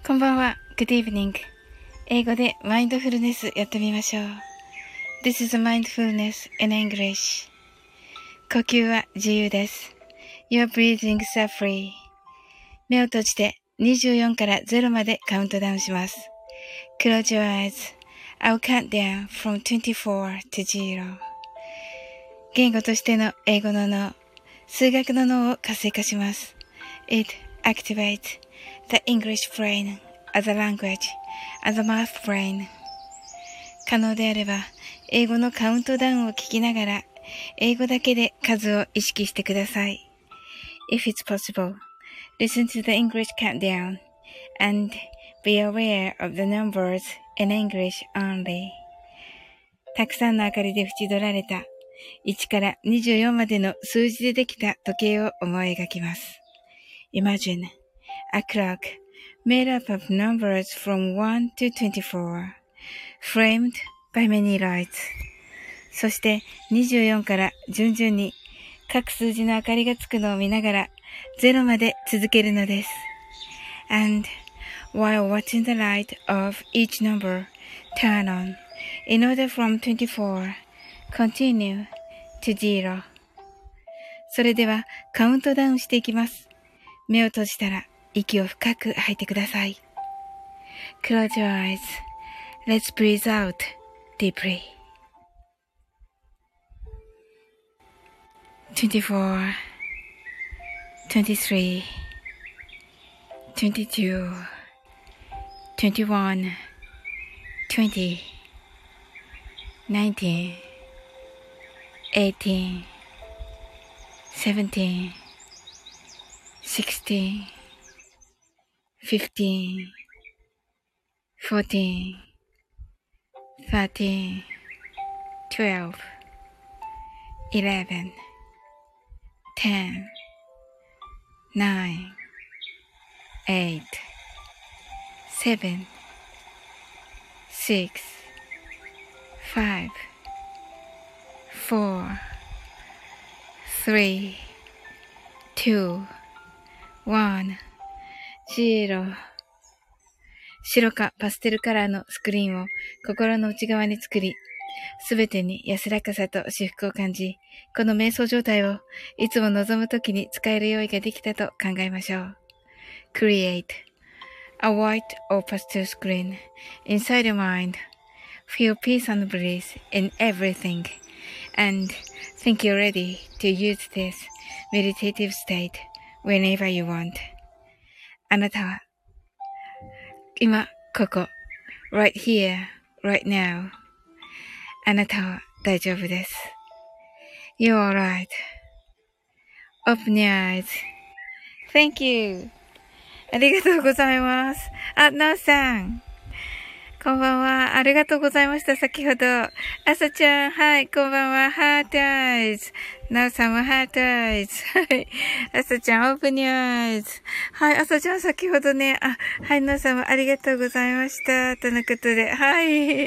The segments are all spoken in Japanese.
こんばんは。Good evening. 英語でマインドフルネスやってみましょう。This is mindfulness in English. 呼吸は自由です。Your breathings are free. 目を閉じて24から0までカウントダウンします。Close your eyes. I'll count down from 24 to 0. 言語としての英語の脳、数学の脳を活性化します。It activates the English brain as a language, as a math brain. 可能であれば、英語のカウントダウンを聞きながら、英語だけで数を意識してください。If it's possible, listen to the English countdown and be aware of the numbers in English only. たくさんの明かりで縁取られた1から24までの数字でできた時計を思い描きます。Imagine a clock made up of numbers from 1 to 24, framed by many lights. そして24から順々に各数字の明かりがつくのを見ながら0まで続けるのです。And while watching the light of each number turn on, in order from 24, continue to 0. それではカウントダウンしていきます。目を閉じたら息を深く吐いてください。Close your eyes. Let's breathe out deeply. 24, 23, 22, 21, 20, 19, 18, 17, 16, 15, 14, 13, 12, 11, 10, 9, 8, 7, 6, 5, 4, 3, 2, 1, 0。白かパステルカラーのスクリーンを心の内側に作り、すべてに安らかさと至福を感じ、この瞑想状態をいつも望むときに使える用意ができたと考えましょう。Create a white or pastel screen inside your mind. Feel peace and bliss in everything. And think you're ready to use this meditative state whenever you want. あなたは今、ここ、right here, right now. あなたは大丈夫です。You're alright. Open your eyes. Thank you. ありがとうございます。あ、なおさん。こんばんは。ありがとうございました。先ほど。あさちゃん。はい。こんばんは。ハートアイズ。なおさんもハートアイズ。はい。あさちゃん、オープニュアイズ。はい。あさちゃん、先ほどね。はい。なおさんもありがとうございました。とのことで。はい。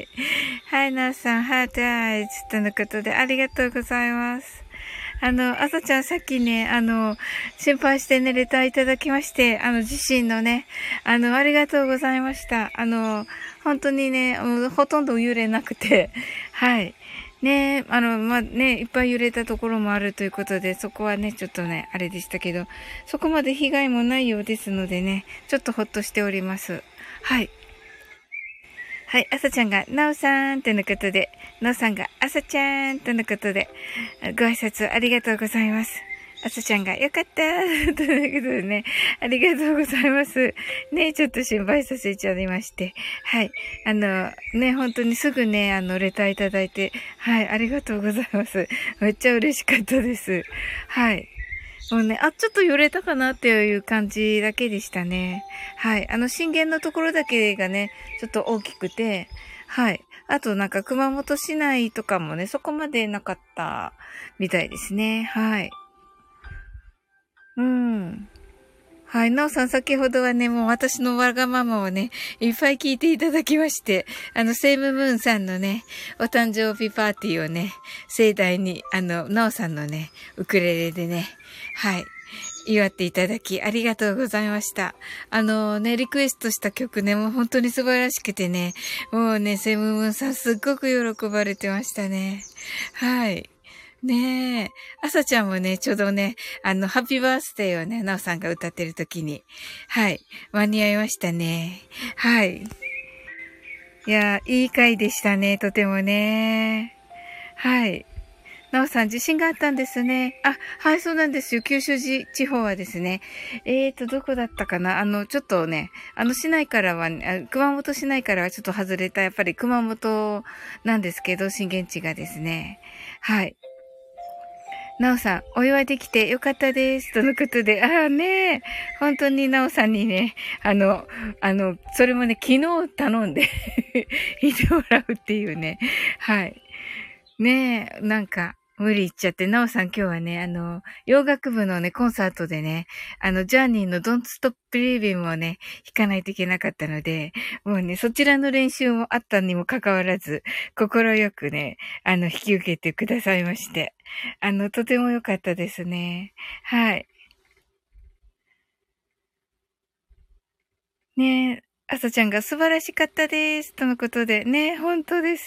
はい。なおさん、ハートアイズ。とのことで。ありがとうございます。あさちゃんさっきね、心配してね、レターいただきまして、自身のね、ありがとうございました。本当にね、ほとんど揺れなくて、はい。ね、ね、いっぱい揺れたところもあるということで、そこはね、ちょっとね、あれでしたけど、そこまで被害もないようですのでね、ちょっとほっとしております。はい。はい、あさちゃんが、なおさんとのことで、なおさんが、あさちゃんとのことで、ご挨拶ありがとうございます。あさちゃんが、よかったということでね、ありがとうございます。ね、ちょっと心配させちゃいまして。はい。ね、本当にすぐね、レターいただいて、はい、ありがとうございます。めっちゃ嬉しかったです。はい。もうね、ちょっと揺れたかなっていう感じだけでしたね。はい。震源のところだけがね、ちょっと大きくて、はい。あとなんか熊本市内とかもね、そこまでなかったみたいですね。はい。うん。はい。なおさん先ほどはね、もう私のわがままをね、いっぱい聞いていただきまして、セイムムーンさんのね、お誕生日パーティーをね、盛大に、なおさんのね、ウクレレでね、はい。 祝っていただき、ありがとうございました。リクエストした曲ね、もう本当に素晴らしくてね、もうね、セムムーンさんすっごく喜ばれてましたね。はい。ねえ。朝ちゃんもね、ちょうどね、ハッピーバースデーをね、なおさんが歌ってる時に、はい、間に合いましたね。はい。いや、いい回でしたね、とてもね。はい。なおさん、地震があったんですね。あ、はい、そうなんですよ。九州地方はですね。どこだったかなちょっとね、市内からは、熊本市内からはちょっと外れた、やっぱり熊本なんですけど、震源地がですね。はい。なおさん、お祝いできてよかったです。とのことで、ああね、本当になおさんにね、それもね、昨日頼んでいてもらうっていうね。はい。ねえ、なんか、無理言っちゃって、なおさん今日はね、洋楽部のね、コンサートでね、ジャーニーの Don't Stop Believing をね、弾かないといけなかったので、もうね、そちらの練習もあったにもかかわらず、心よくね、引き受けてくださいまして、とても良かったですね。はい。ねえ、あさちゃんが素晴らしかったです。とのことで、ね、本当です。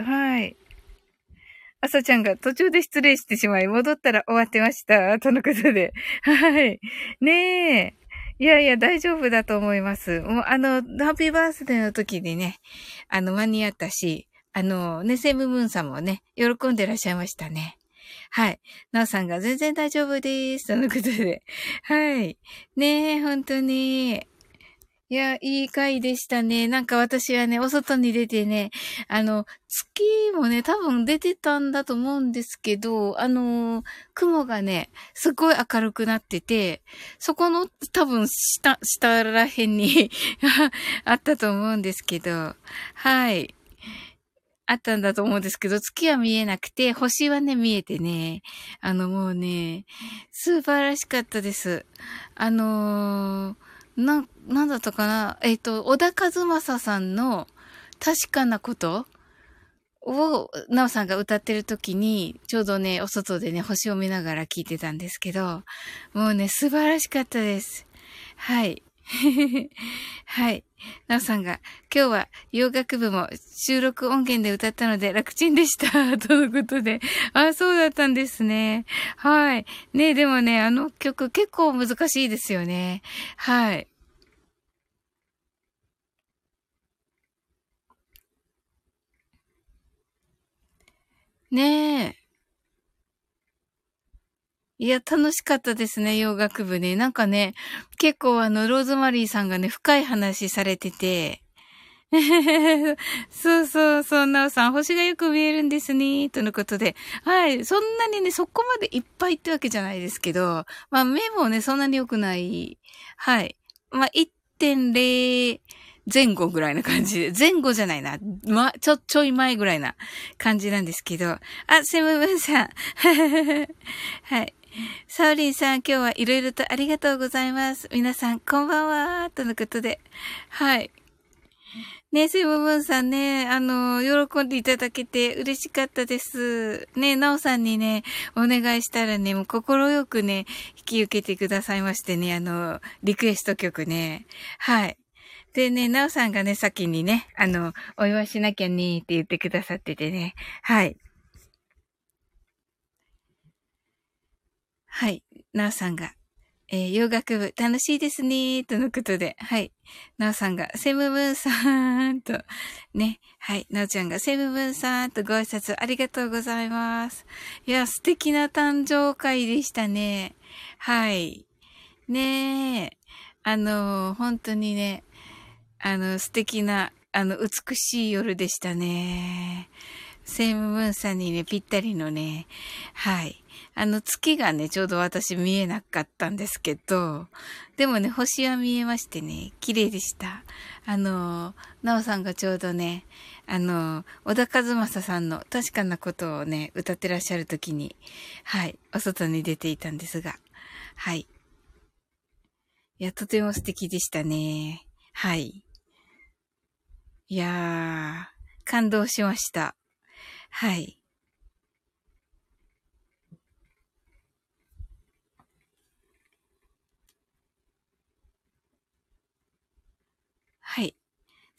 はい。あさちゃんが途中で失礼してしまい、戻ったら終わってました。とのことで。はい。ねえ。いやいや、大丈夫だと思います。もう、ハッピーバースデーの時にね、間に合ったし、セムムーンさんもね、喜んでらっしゃいましたね。はい。なおさんが全然大丈夫です。とのことで。はい。ねえ、本当に。いや、いい回でしたね。なんか私はね、お外に出てね、月もね、多分出てたんだと思うんですけど、雲がね、すごい明るくなってて、そこの多分下ら辺にあったと思うんですけど、はい。あったんだと思うんですけど、月は見えなくて、星はね、見えてね、もうね、素晴らしかったです。なんだったかな小田和正さんの確かなことを、なおさんが歌ってる時に、ちょうどね、お外でね、星を見ながら聞いてたんですけど、もうね、素晴らしかったです。はい。はい。なおさんが、今日は洋楽部も収録音源で歌ったので楽ちんでした。とのことで。あ、そうだったんですね。はい。ね、でもね、あの曲結構難しいですよね。はい。ねえ。いや、楽しかったですね、洋楽部ね。なんかね、結構ローズマリーさんがね、深い話されてて、そうそうそう、なおさん、星がよく見えるんですね、とのことで。はい、そんなにね、そこまでいっぱいってわけじゃないですけど、まあ、目もね、そんなに良くない。はい。まあ、1.0前後ぐらいな感じで、前後じゃないな。ちょい前ぐらいな感じなんですけど。あ、セムブンさん。はい。サオリンさん、今日はいろいろとありがとうございます。皆さん、こんばんは、とのことで。はい。ね、セブブンさんね、喜んでいただけて嬉しかったです。ね、ナオさんにね、お願いしたらね、もう心よくね、引き受けてくださいましてね、リクエスト曲ね。はい。でね、ナオさんがね、先にね、お祝いしなきゃねって言ってくださっててね。はい。はい。ナオさんが、洋楽部楽しいですね、とのことで、はい。なおさんが、セムブンさんと、ね、はい。なおちゃんが、セムブンさんとご挨拶ありがとうございます。いや、素敵な誕生会でしたね。はい。ねえ、本当にね、素敵な、美しい夜でしたね。セムブンさんにね、ぴったりのね、はい。月がね、ちょうど私見えなかったんですけど、でもね、星は見えましてね、綺麗でした。なおさんがちょうどね、小田和正さんの確かなことをね、歌ってらっしゃるときに、はい、お外に出ていたんですが、はい。いや、とても素敵でしたね。はい。いやー、感動しました。はい。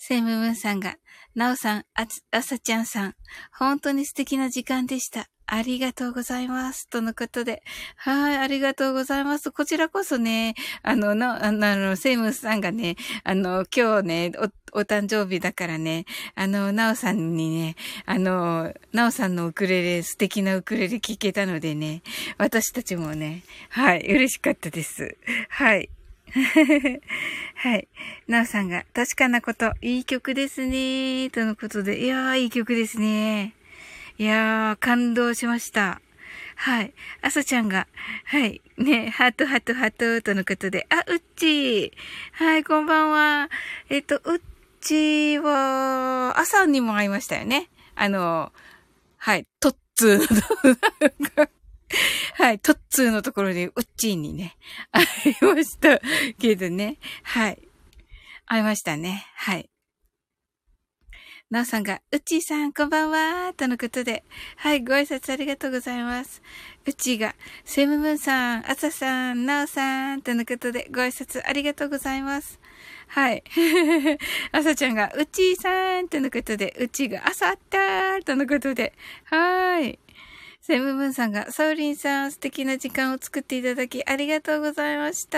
セイムムーンさんが、ナオさん、あさちゃんさん、本当に素敵な時間でした。ありがとうございます。とのことで。はい、ありがとうございます。こちらこそね、セイムさんがね、今日ね、お誕生日だからね、ナオさんにね、ナオさんのウクレレ、素敵なウクレレ聴けたのでね、私たちもね、はい、嬉しかったです。はい。はい。なおさんが、確かなこと、いい曲ですね。とのことで、いやー、いい曲ですね。いやー、感動しました。はい。あさちゃんが、はい。ね、ハートハートハートとのことで、あ、うっちー。はい、こんばんは。うっちーは、朝にも会いましたよね。はい、トッツーのはい。トッツーのところで、ウッチーにね、会いましたけどね。はい。会いましたね。はい。なおさんが、うっちーさん、こんばんはとのことで。はい。ご挨拶ありがとうございます。うっちーが、セムムーンさん、あささん、なおさんとのことで、ご挨拶ありがとうございます。はい。あさちゃんが、うっちーさんとのことで、うっちーが、朝あったーとのことで。はい。セムムーンさんが、サウリンさん、素敵な時間を作っていただき、ありがとうございました。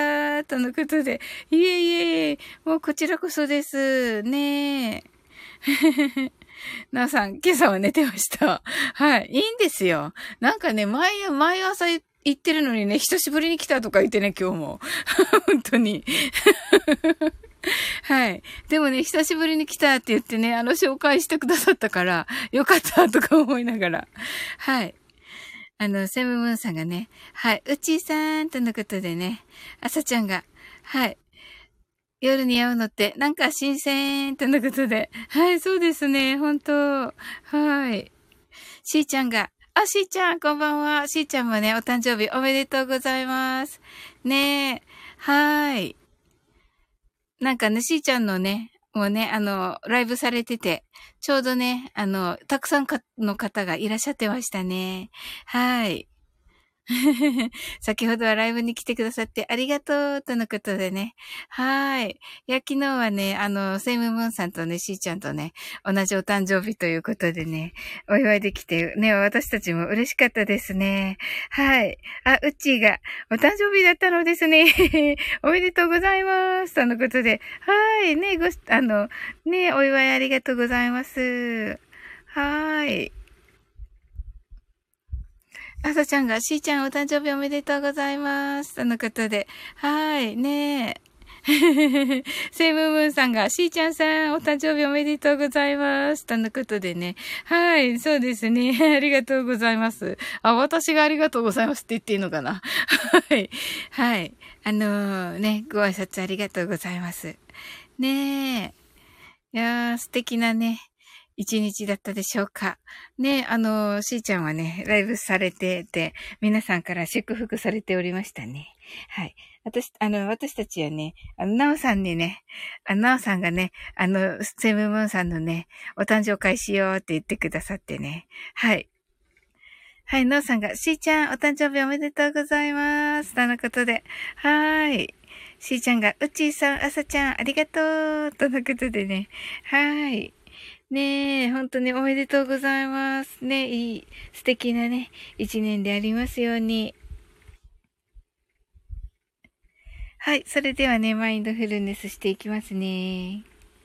とのことで、いえいえ、もうこちらこそです。ねえ。なおさん、今朝は寝てました。はい。いいんですよ。なんかね、毎朝言ってるのにね、久しぶりに来たとか言ってね、今日も。本当に。はい。でもね、久しぶりに来たって言ってね、紹介してくださったから、よかったとか思いながら。はい。セムムーンさんがね、はい、うちーさんとのことでね、あさちゃんが、はい、夜に会うのってなんか新鮮とのことで、はい、そうですね、本当はい。しーちゃんが、あ、しーちゃん、こんばんは。しーちゃんもね、お誕生日おめでとうございます。ねえ、はい。なんかね、しーちゃんのね、もうね、ライブされてて、ちょうどね、たくさんの方がいらっしゃってましたね。はい。先ほどはライブに来てくださってありがとうとのことでね。はい。いや、昨日はね、セイムムーンさんとね、シーちゃんとね、同じお誕生日ということでね、お祝いできて、ね、私たちも嬉しかったですね。はい。あ、うっちーが、お誕生日だったのですね。おめでとうございます。とのことで、はい。ね、ね、お祝いありがとうございます。はい。あさちゃんが、しーちゃんお誕生日おめでとうございます。とのことで。はい、ねえ。セイムムーンさんが、しーちゃんさん、お誕生日おめでとうございます。とのことでね。はい、そうですね。ありがとうございます。あ、私がありがとうございますって言っていいのかな。はい。はい。ね、ご挨拶ありがとうございます。ねえ。いやー、素敵なね、一日だったでしょうか。ね、しーちゃんはね、ライブされてて、皆さんから祝福されておりましたね。はい。私たちはね、なおさんにね、なおさんがね、セムムーンさんのね、お誕生会しようって言ってくださってね。はい。はい、なおさんが、しーちゃん、お誕生日おめでとうございます。とのことで。はい。しーちゃんが、うちーさん、あさちゃん、ありがとう。とのことでね。はい。ねえ、本当におめでとうございます。ね、素敵なね、一年でありますように。はい、それではね、マインドフルネスしていきますね。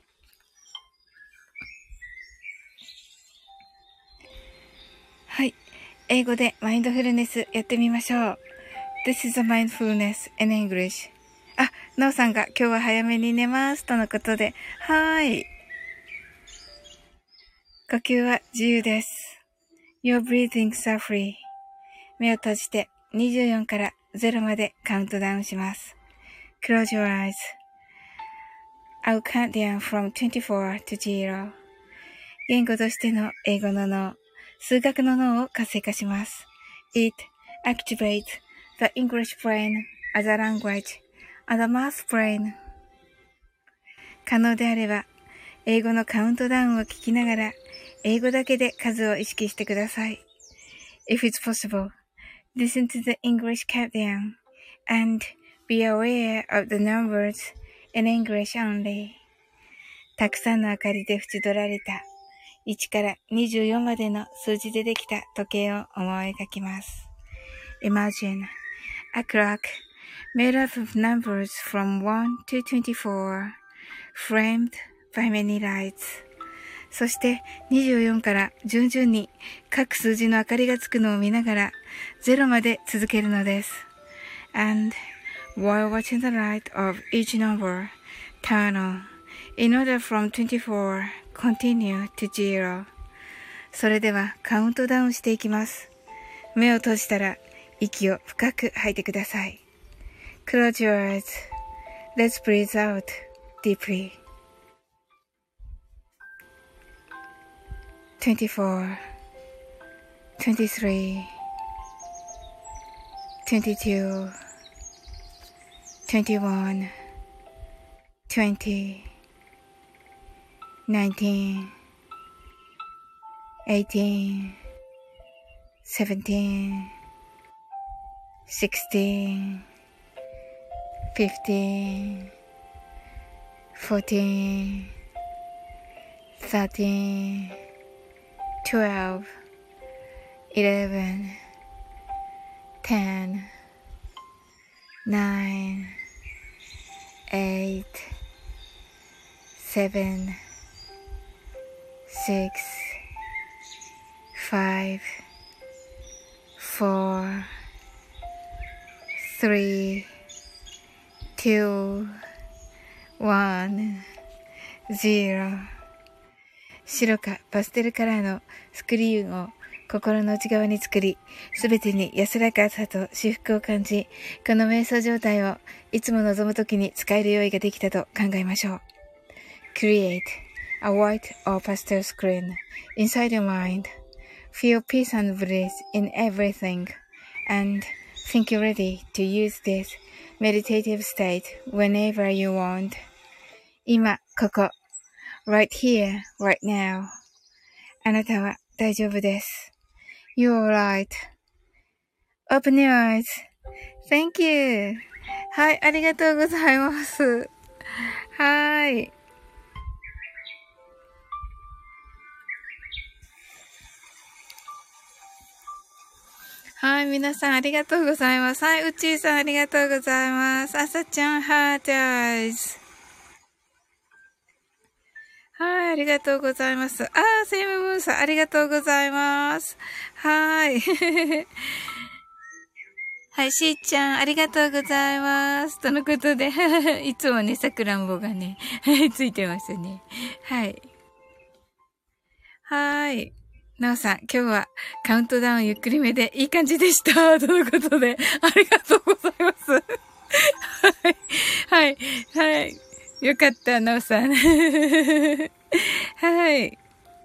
はい、英語でマインドフルネスやってみましょう。This is a mindfulness in English. あ、なおさんが今日は早めに寝ます。とのことで。はい。呼吸は自由です。Your breathings are free. 目を閉じて24から0までカウントダウンします。Close your eyes.I'll count down from 24 to 0. 言語としての英語の脳、数学の脳を活性化します。It activates the English brain as a language and the math brain. 可能であれば、英語のカウントダウンを聞きながら、英語だけで数を意識してください。If it's possible, listen to the English countdown and be aware of the numbers in English only. たくさんの明かりで縁取られた1から24までの数字でできた時計を思い描きます。Imagine a clock made up of numbers from 1 to 24, framed by many lights. そして24から順々に各数字の明かりがつくのを見ながら0まで続けるのです。And while watching the light of each number turn on, in order from 24, continue to 0. それではカウントダウンしていきます。目を閉じたら息を深く吐いてください。Close your eyes. Let's breathe out deeply. 24, 23, 22, 21, 20, 19, 18, 17, 16, 15, 14, 13, 12, 11, 10, 9, 8, 7, 6, 5, 4, 3, 2, 1, 0. 白かパステルカラーのスクリーンを心の内側に作り、すべてに安らかさと至福を感じ、この瞑想状態をいつも望むときに使える用意ができたと考えましょう。Create a white or pastel screen inside your mind. Feel peace and bliss in everything, and think you're ready to use this meditative state whenever you want. 今、ここ。Right here, right now. あなたは大丈夫です。You're right.Open your eyes. Thank you. はい、ありがとうございます。はい。はい、皆さんありがとうございます。はい、うっちーさんありがとうございます。あさちゃん、ハートアイズ。はい、ありがとうございます。セイムムーンさん、ありがとうございます。はい。はい、しーちゃん、ありがとうございます。とのことで、いつもね、さくらんぼがね、ついてますね。はい。はい。なおさん、今日はカウントダウンゆっくりめでいい感じでした。とのことで、ありがとうございます。はい。はい。はい。よかった、なおさん。はい。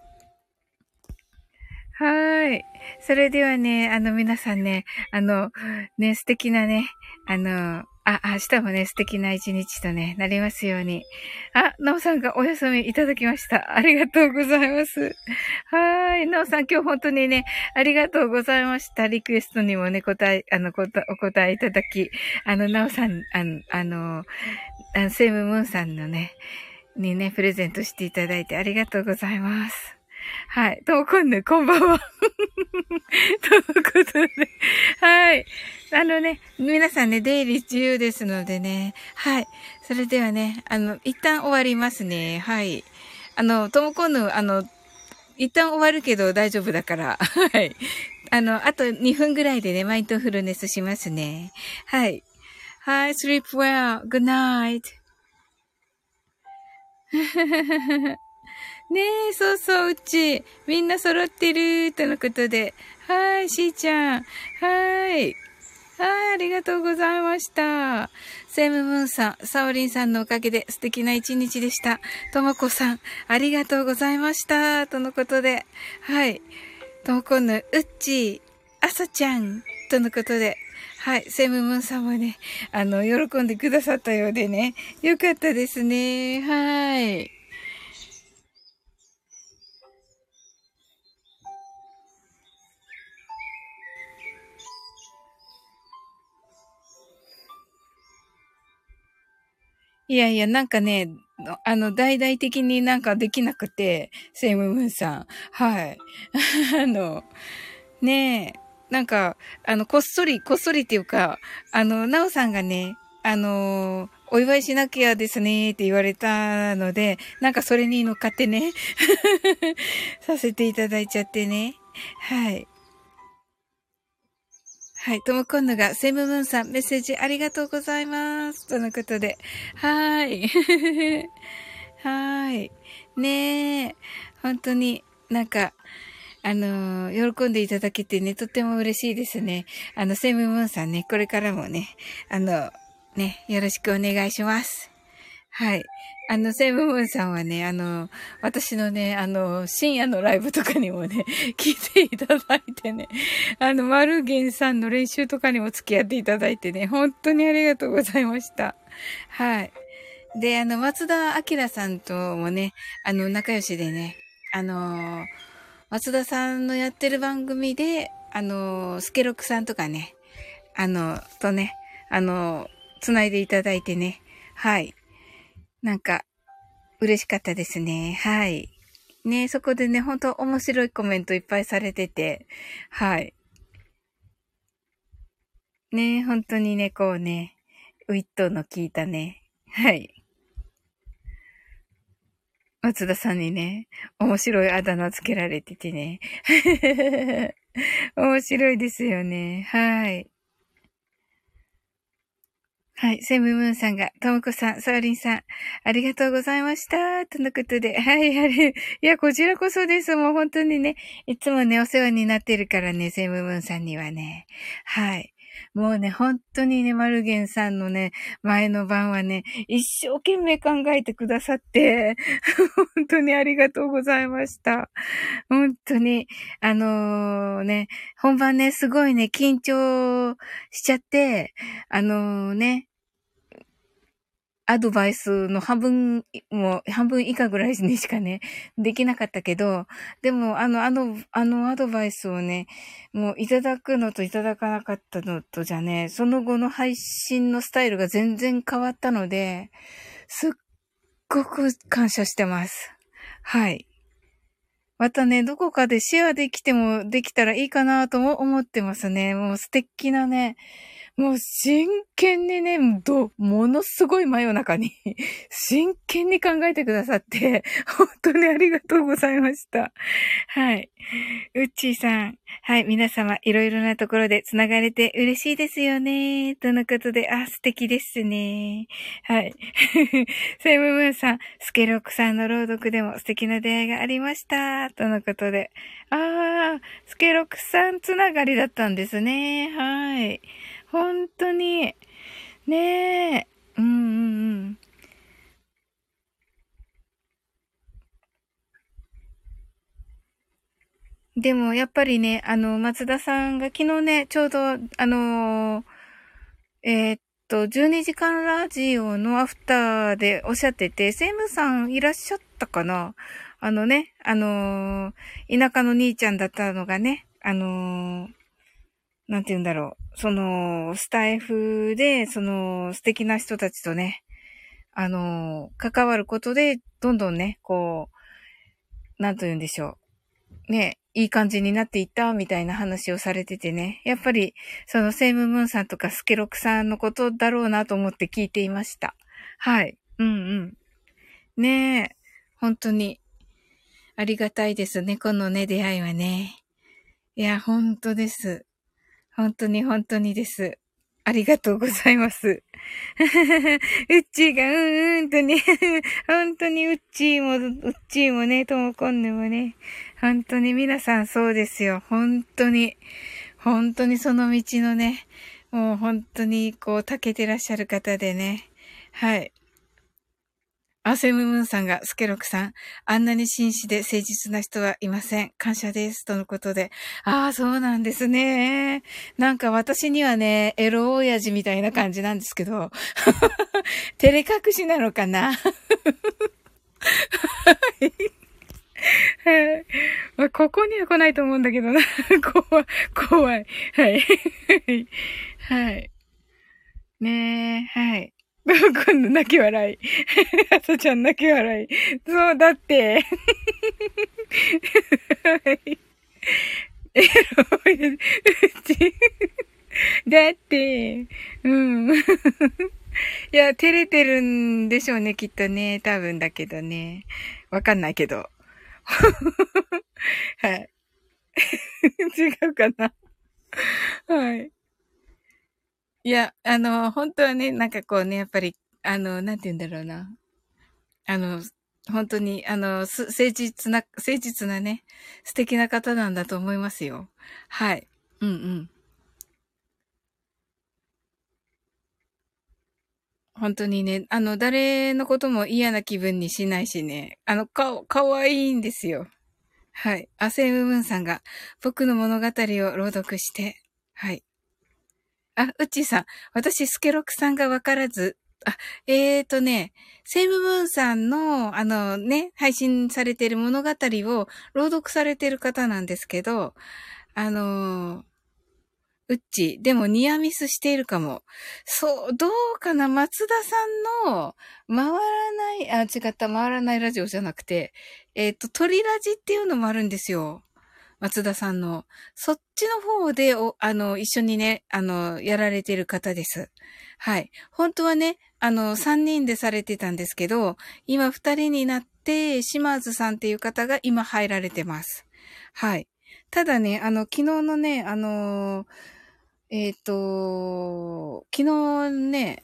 はい。それではね、皆さんね、ね、素敵なね、明日もね、素敵な一日とね、なりますように。なおさんがお休みいただきました。ありがとうございます。はい。なおさん今日本当にね、ありがとうございました。リクエストにもね、お答えいただき、なおさん、セイムムーンさんのね、にね、プレゼントしていただいてありがとうございます。はい。ともこんぬ、こんばんは。ということで、はい。皆さんね、出入り自由ですのでね。はい。それではね、一旦終わりますね。はい。ともこんぬ、一旦終わるけど大丈夫だから。はい。あと2分ぐらいでね、マインドフルネスしますね。はい。はい。sleep well.good night. ねえ、そうそう、うち。みんな揃ってる、とのことで。はい、しーちゃん。はい。はい、ありがとうございました。セムムーンさん、サオリンさんのおかげで素敵な一日でした。ともこさん、ありがとうございました。とのことで。はい。ともこんぬ、うっちー、あさちゃん、とのことで。はい。セムムーンさんもね、喜んでくださったようでね。よかったですね。はい。 いやいや、なんかね、大々的になんかできなくて、セイムムーンさん。はい。あの、ねえ、なんか、こっそりっていうか、なおさんがね、お祝いしなきゃですねって言われたので、なんかそれに乗っかってね、させていただいちゃってね。はい。はい。ともこんぬが、セムムーンさん、メッセージありがとうございます。とのことで。はーい。はーい。ねえ。本当になんか、喜んでいただけてね、とっても嬉しいですね。セムムーンさんね、これからもね、よろしくお願いします。はい。セイムムーンさんはね、私のね、深夜のライブとかにもね、聞いていただいてね、マルゲンさんの練習とかにも付き合っていただいてね、本当にありがとうございました。はい。で、松田明さんともね、仲良しでね、あの、松田さんのやってる番組で、スケロクさんとかね、とね、つないでいただいてね、はい。なんか、嬉しかったですね。はい。ね、そこでね、本当面白いコメントいっぱいされてて、はい。ね、本当にね、こうね、ウィットの効いたね、はい。松田さんにね、面白いあだ名つけられててね。面白いですよね。はい。はい。セムムーンさんが、ともこさん、サーリンさん、ありがとうございました。とのことで。はい、いや、こちらこそです。もう本当にね、いつもね、お世話になってるからね、セムムーンさんにはね。はい。もうね、本当にね、マルゲンさんのね、前の晩はね、一生懸命考えてくださって、本当にありがとうございました。本当に、本番ね、すごいね、緊張しちゃって、アドバイスの半分以下ぐらいにしかね、できなかったけど、でも、アドバイスをね、もういただくのといただかなかったのとじゃね、その後の配信のスタイルが全然変わったので、すっごく感謝してます。はい。またね、どこかでシェアできても、できたらいいかなとも思ってますね。もう素敵なね、もう真剣にね、ものすごい真夜中に真剣に考えてくださって、本当にありがとうございました。はい。うっちーさん。はい。皆様、いろいろなところで繋がれて嬉しいですよね。とのことで、素敵ですね。はい。セムムーンさん、スケロックさんの朗読でも素敵な出会いがありました。とのことで。スケロックさんつながりだったんですね。はい。本当に。ねえ。うんうんうん。でも、やっぱりね、松田さんが昨日ね、ちょうど、12時間ラジオのアフターでおっしゃってて、セイムさんいらっしゃったかな。田舎の兄ちゃんだったのがね、なんて言うんだろう。スタイフで、素敵な人たちとね、関わることで、どんどんね、こう、なんと言うんでしょう。ね、いい感じになっていったみたいな話をされててね。やっぱり、セイムムーンさんとかスケロクさんのことだろうなと思って聞いていました。はい。うんうん。ねえ。本当に、ありがたいですね。このね、出会いはね。いや、本当です。本当に本当にです。ありがとうございます。うっちーが、うんとね、本当にうっちーもね、ともこんぬもね、本当に皆さんそうですよ。本当にその道のね、もう本当にこう、長けてらっしゃる方でね。はい。セムムーンさんが、スケロクさん、あんなに紳士で誠実な人はいません。感謝です。とのことで。そうなんですね。なんか私にはね、エロ親父みたいな感じなんですけど、照れ隠しなのかな。はい。まあ、ここには来ないと思うんだけどな。怖い。はい。はい。ねえ、はい。 今度泣き笑い。あさちゃん泣き笑い。そうだって。エロい。うち。だって、うん。いや、照れてるんでしょうね、きっとね。多分だけどね。わかんないけど。はい。違うかな。はい。いや、本当はね、なんかこうね、やっぱり、なんて言うんだろうな。あの、本当に、誠実なね、素敵な方なんだと思いますよ。はい。うんうん。本当にね、誰のことも嫌な気分にしないしね、かわいいんですよ。はい。アセムムーンさんが、僕の物語を朗読して、はい。あ、うっちーさん、私、スケロクさんがわからず、あ、セイムムーンさんの、配信されている物語を朗読されている方なんですけど、あの、うっち、でもニアミスしているかも。そう、どうかな松田さんの、回らない、違った、回らないラジオじゃなくて、鳥ラジっていうのもあるんですよ。松田さんの。そっちの方で、一緒にね、やられてる方です。はい。本当はね、3人でされてたんですけど、今2人になって、島津さんっていう方が今入られてます。はい。ただね、昨日のね、昨日ね、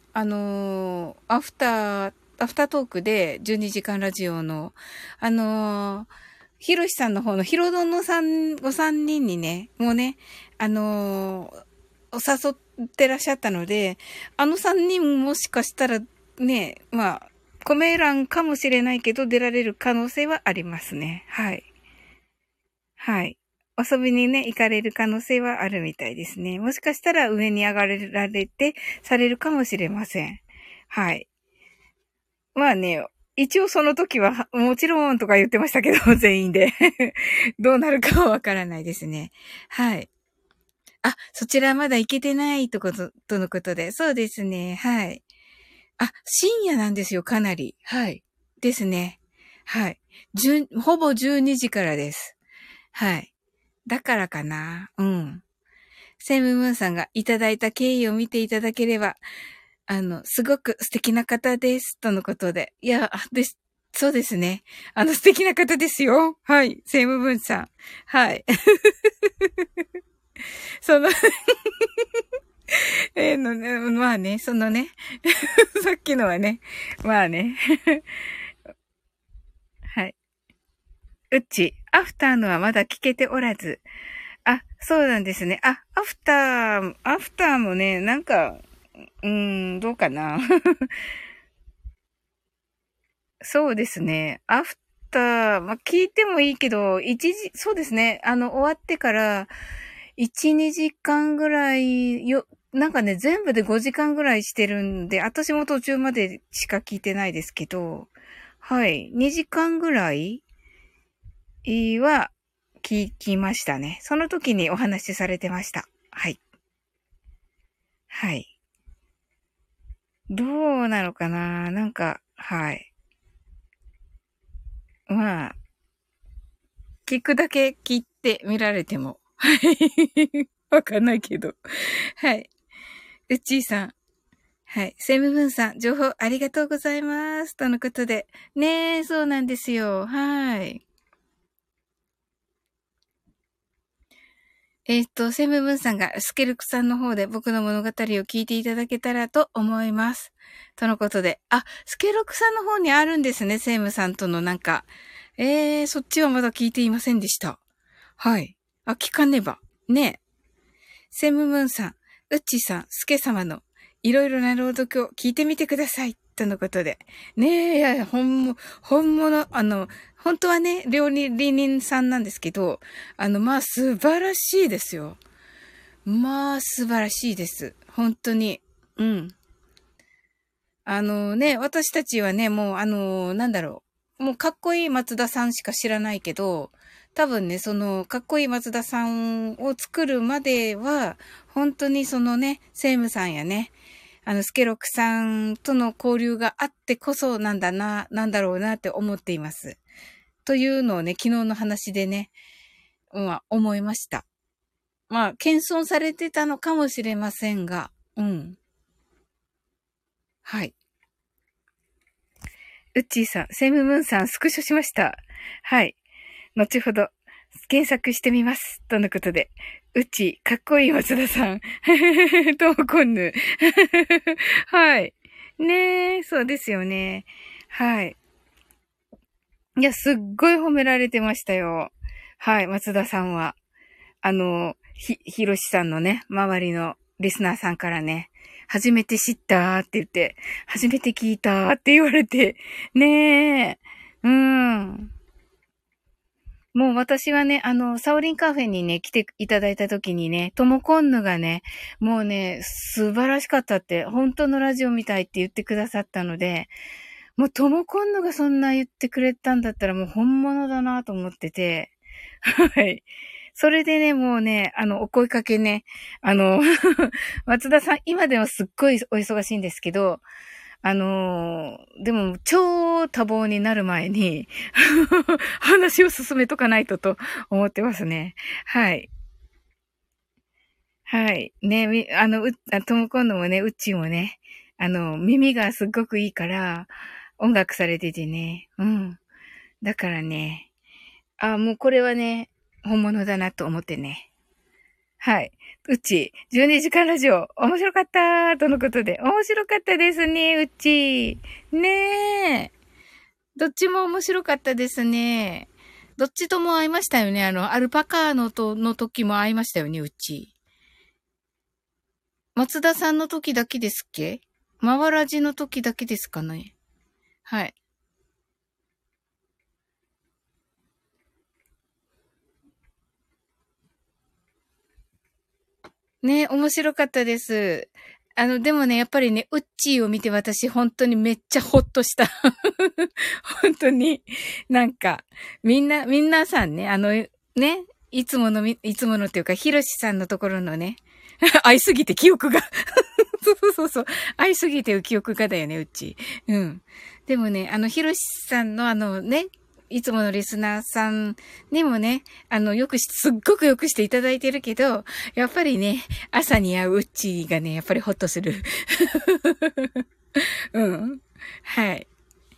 アフタートークで12時間ラジオの、ひろしさんの方のひろどんのご三人にね、もうね、誘ってらっしゃったので、あの三人もしかしたらね、まあ、コメ欄かもしれないけど出られる可能性はありますね。はい。はい。遊びにね、行かれる可能性はあるみたいですね。もしかしたら上に上がられてされるかもしれません。はい。まあね、一応その時は、もちろんとか言ってましたけど、全員で。どうなるかはわからないですね。はい。あ、そちらまだ行けてないとのことで。そうですね。はい。あ、深夜なんですよ、かなり。はい。ですね。はい。ほぼ12時からです。はい。だからかな。うん。セムムーンさんがいただいた経緯を見ていただければ、すごく素敵な方です。とのことで。いや、そうですね。素敵な方ですよ。はい。セムムーンさん。はい。そのね、まあね、そのね、さっきのはね、まあね。はい。うっち、アフターのはまだ聞けておらず。あ、そうなんですね。あ、アフターもね、なんか、どうかな。そうですね。アフター、まあ、聞いてもいいけど、そうですね。終わってから、1、2時間ぐらいなんかね、全部で5時間ぐらいしてるんで、私も途中までしか聞いてないですけど、はい。2時間ぐらいは聞きましたね。その時にお話しされてました。はい。はい。どうなのかななんか、はい。まあ、聞くだけ聞いてみられても。はい。わかんないけど。はい。うっちーさん。はい。セムブンさん、情報ありがとうございます。とのことで。ねえ、そうなんですよ。はい。セムブンさんがスケルクさんの方で僕の物語を聞いていただけたらと思います。とのことで。あ、スケルクさんの方にあるんですね。セムさんとのなんか。そっちはまだ聞いていませんでした。はい。あ、聞かねば。ねえ。セムムーンさん、ウッチーさん、スケ様のいろいろな朗読を聞いてみてください。とのことで。ねえ、いや、本物、本当はね、料理人さんなんですけど、まあ、素晴らしいですよ。まあ、素晴らしいです。本当に。うん。私たちはね、もうなんだろう。もうかっこいい松田さんしか知らないけど、多分ね、その、かっこいい松田さんを作るまでは、本当にそのね、セイムさんやね、 スケロクさんとの交流があってこそなんだろうなって思っています。というのをね、昨日の話でね、思いました。謙遜されてたのかもしれませんが、はい。ウッチーさん、セイムムーンさん、スクショしました。はい。後ほど、検索してみます。とのことで。うち、かっこいい松田さん。ともこんぬ。はい。ねえ、そうですよね。はい。いや、すっごい褒められてましたよ。はい、松田さんは。ひろしさんのね、周りのリスナーさんからね、初めて知ったって言って、初めて聞いたって言われて、ねえ、もう私はね、サオリンカフェにね、来ていただいた時にね、ともこんぬがね、もうね、素晴らしかったって、本当のラジオみたいって言ってくださったので、もうともこんぬがそんな言ってくれたんだったらもう本物だなと思ってて、はい。それでね、もうね、お声かけね、松田さん、今でもすっごいお忙しいんですけど、でも、超多忙になる前に話を進めとかないと思ってますね。はい。はい。ね、ともこんのもね、うっちーもね、耳がすっごくいいから、音楽されててね、だからね、もうこれはね、本物だなと思ってね。はい。うち、12時間ラジオ、面白かったとのことで、面白かったですね、うち。ねえ。どっちも面白かったですね。どっちとも会いましたよね。アルパカの時も会いましたよね、うち。松田さんの時だけですっけ？まわらじの時だけですかね。はい。ね、面白かったです。でもね、やっぱりね、ウッチーを見て私本当にめっちゃホッとした。本当に。なんか、皆さんね、ね、いつものっていうか、ヒロシさんのところのね、愛すぎて記憶がそう。愛すぎて記憶がだよね、うち。うん。でもね、ヒロシさんのね、いつものリスナーさんにもね、すっごくよくしていただいてるけど、やっぱりね、朝に会ううっちがね、やっぱりホッとする。うん。はい。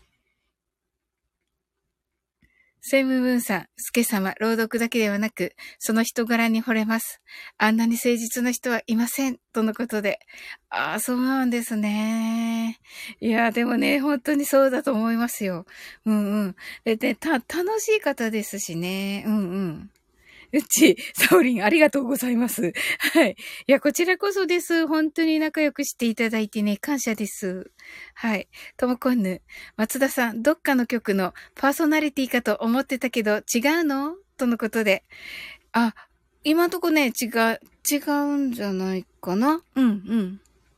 セムムーンさん、スケ様、朗読だけではなく、その人柄に惚れます。あんなに誠実な人はいません。とのことで。ああ、そうなんですね。いや、でもね、本当にそうだと思いますよ。うんうん。で、楽しい方ですしね。うんうん。うち、サオリン、ありがとうございます。はい。いや、こちらこそです。本当に仲良くしていただいてね、感謝です。はい。ともこんぬ、松田さん、どっかの曲のパーソナリティかと思ってたけど、違うのとのことで。あ、今んとこね、違うんじゃないかな。うん。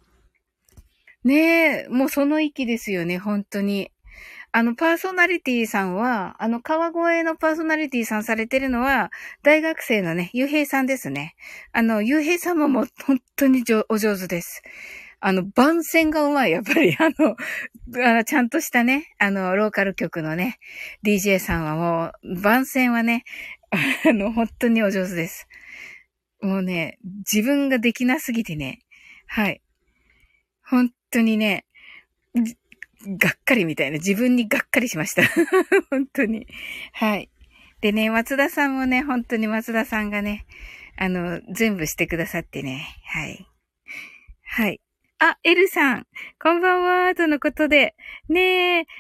ねえ、もうその域ですよね、本当に。パーソナリティさんは、川越のパーソナリティさんされてるのは、大学生のね、ゆうへいさんですね。ゆうへいさんも本当にお上手です。番宣がうまい。やっぱり、ちゃんとしたね、ローカル局のね、DJ さんはもう、番宣はね、本当にお上手です。もうね、自分ができなすぎてね、はい。本当にね、がっかりみたいな、自分にがっかりしました。本当に。はい。でね、松田さんもね、本当に松田さんがね、全部してくださってね。はい。はい。あ、エルさん、こんばんは、とのことで。ねえ、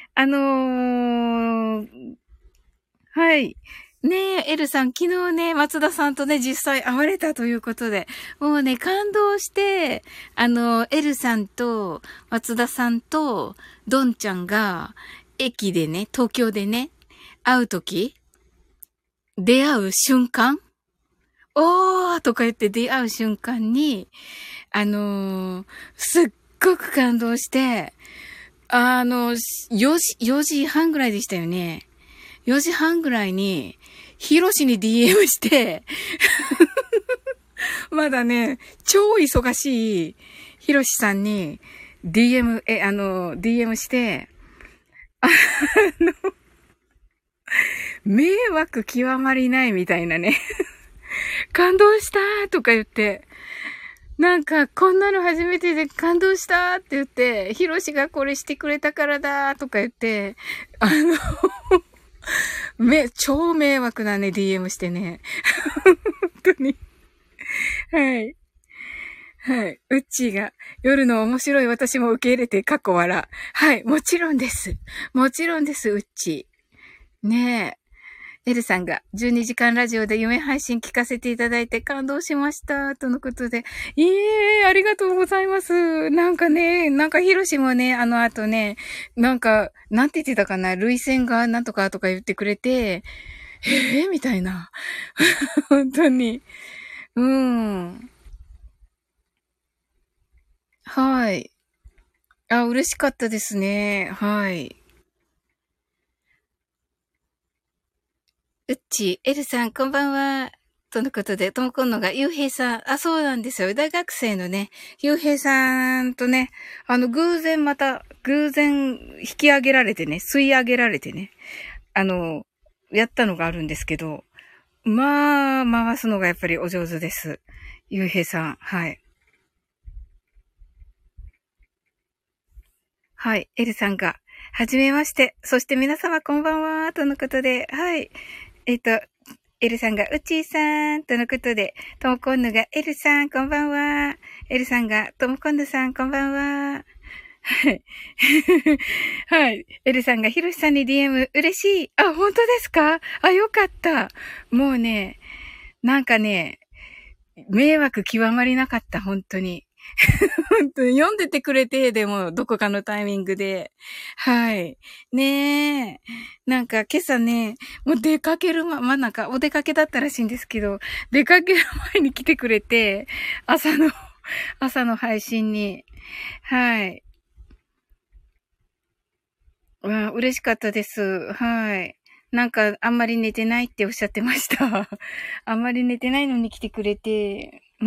はい。ねえ、エルさん、昨日ね、松田さんとね、実際会われたということで、もうね、感動して、エルさんと、松田さんと、ドンちゃんが、駅でね、東京でね、会うとき、出会う瞬間、おーとか言って出会う瞬間に、すっごく感動して、4時半ぐらいでしたよね。4時半ぐらいに、ヒロシに DM してまだね、超忙しいひろしさんに DM して、迷惑極まりないみたいなね。感動したとか言って、なんか、こんなの初めてで感動したって言って、ひろしがこれしてくれたからだとか言って、超迷惑なね、DM してね。本当に。はい。はい。うっちーが、夜の面白い私も受け入れて、かっこ笑。はい。もちろんです。もちろんです、うっちー。ねえ。エルさんが12時間ラジオで夢配信聞かせていただいて感動しました。とのことで。ありがとうございます。なんかね、なんかヒロシもね、あの後ね、なんか、なんて言ってたかな、涙腺がなんとかとか言ってくれて、みたいな。本当に。うん。はい。あ、嬉しかったですね。はい。うっち、エルさん、こんばんは。とのことで、ともこんのが、ゆうへいさん。あ、そうなんですよ。大学生のね、ゆうへいさんとね、偶然引き上げられてね、吸い上げられてね、やったのがあるんですけど、まあ、回すのがやっぱりお上手です。ゆうへいさん。はい。はい。エルさんが、はじめまして。そして皆様こんばんは。とのことで、はい。えっと、エルさんが、うちーさん、とのことで、ともこんぬが、エルさん、こんばんは。エルさんが、ともこんぬさん、こんばんは。はい。はい。エルさんが、ひろしさんに DM、嬉しい。あ、本当ですか？あ、よかった。もうね、なんかね、迷惑極まりなかった、本当に。本当に読んでてくれて、でも、どこかのタイミングで。はい。ねえ。なんか今朝ね、もう出かけるなんかお出かけだったらしいんですけど、出かける前に来てくれて、朝の配信に。はい。嬉しかったです。はい。なんか、あんまり寝てないっておっしゃってました。あんまり寝てないのに来てくれて、うん。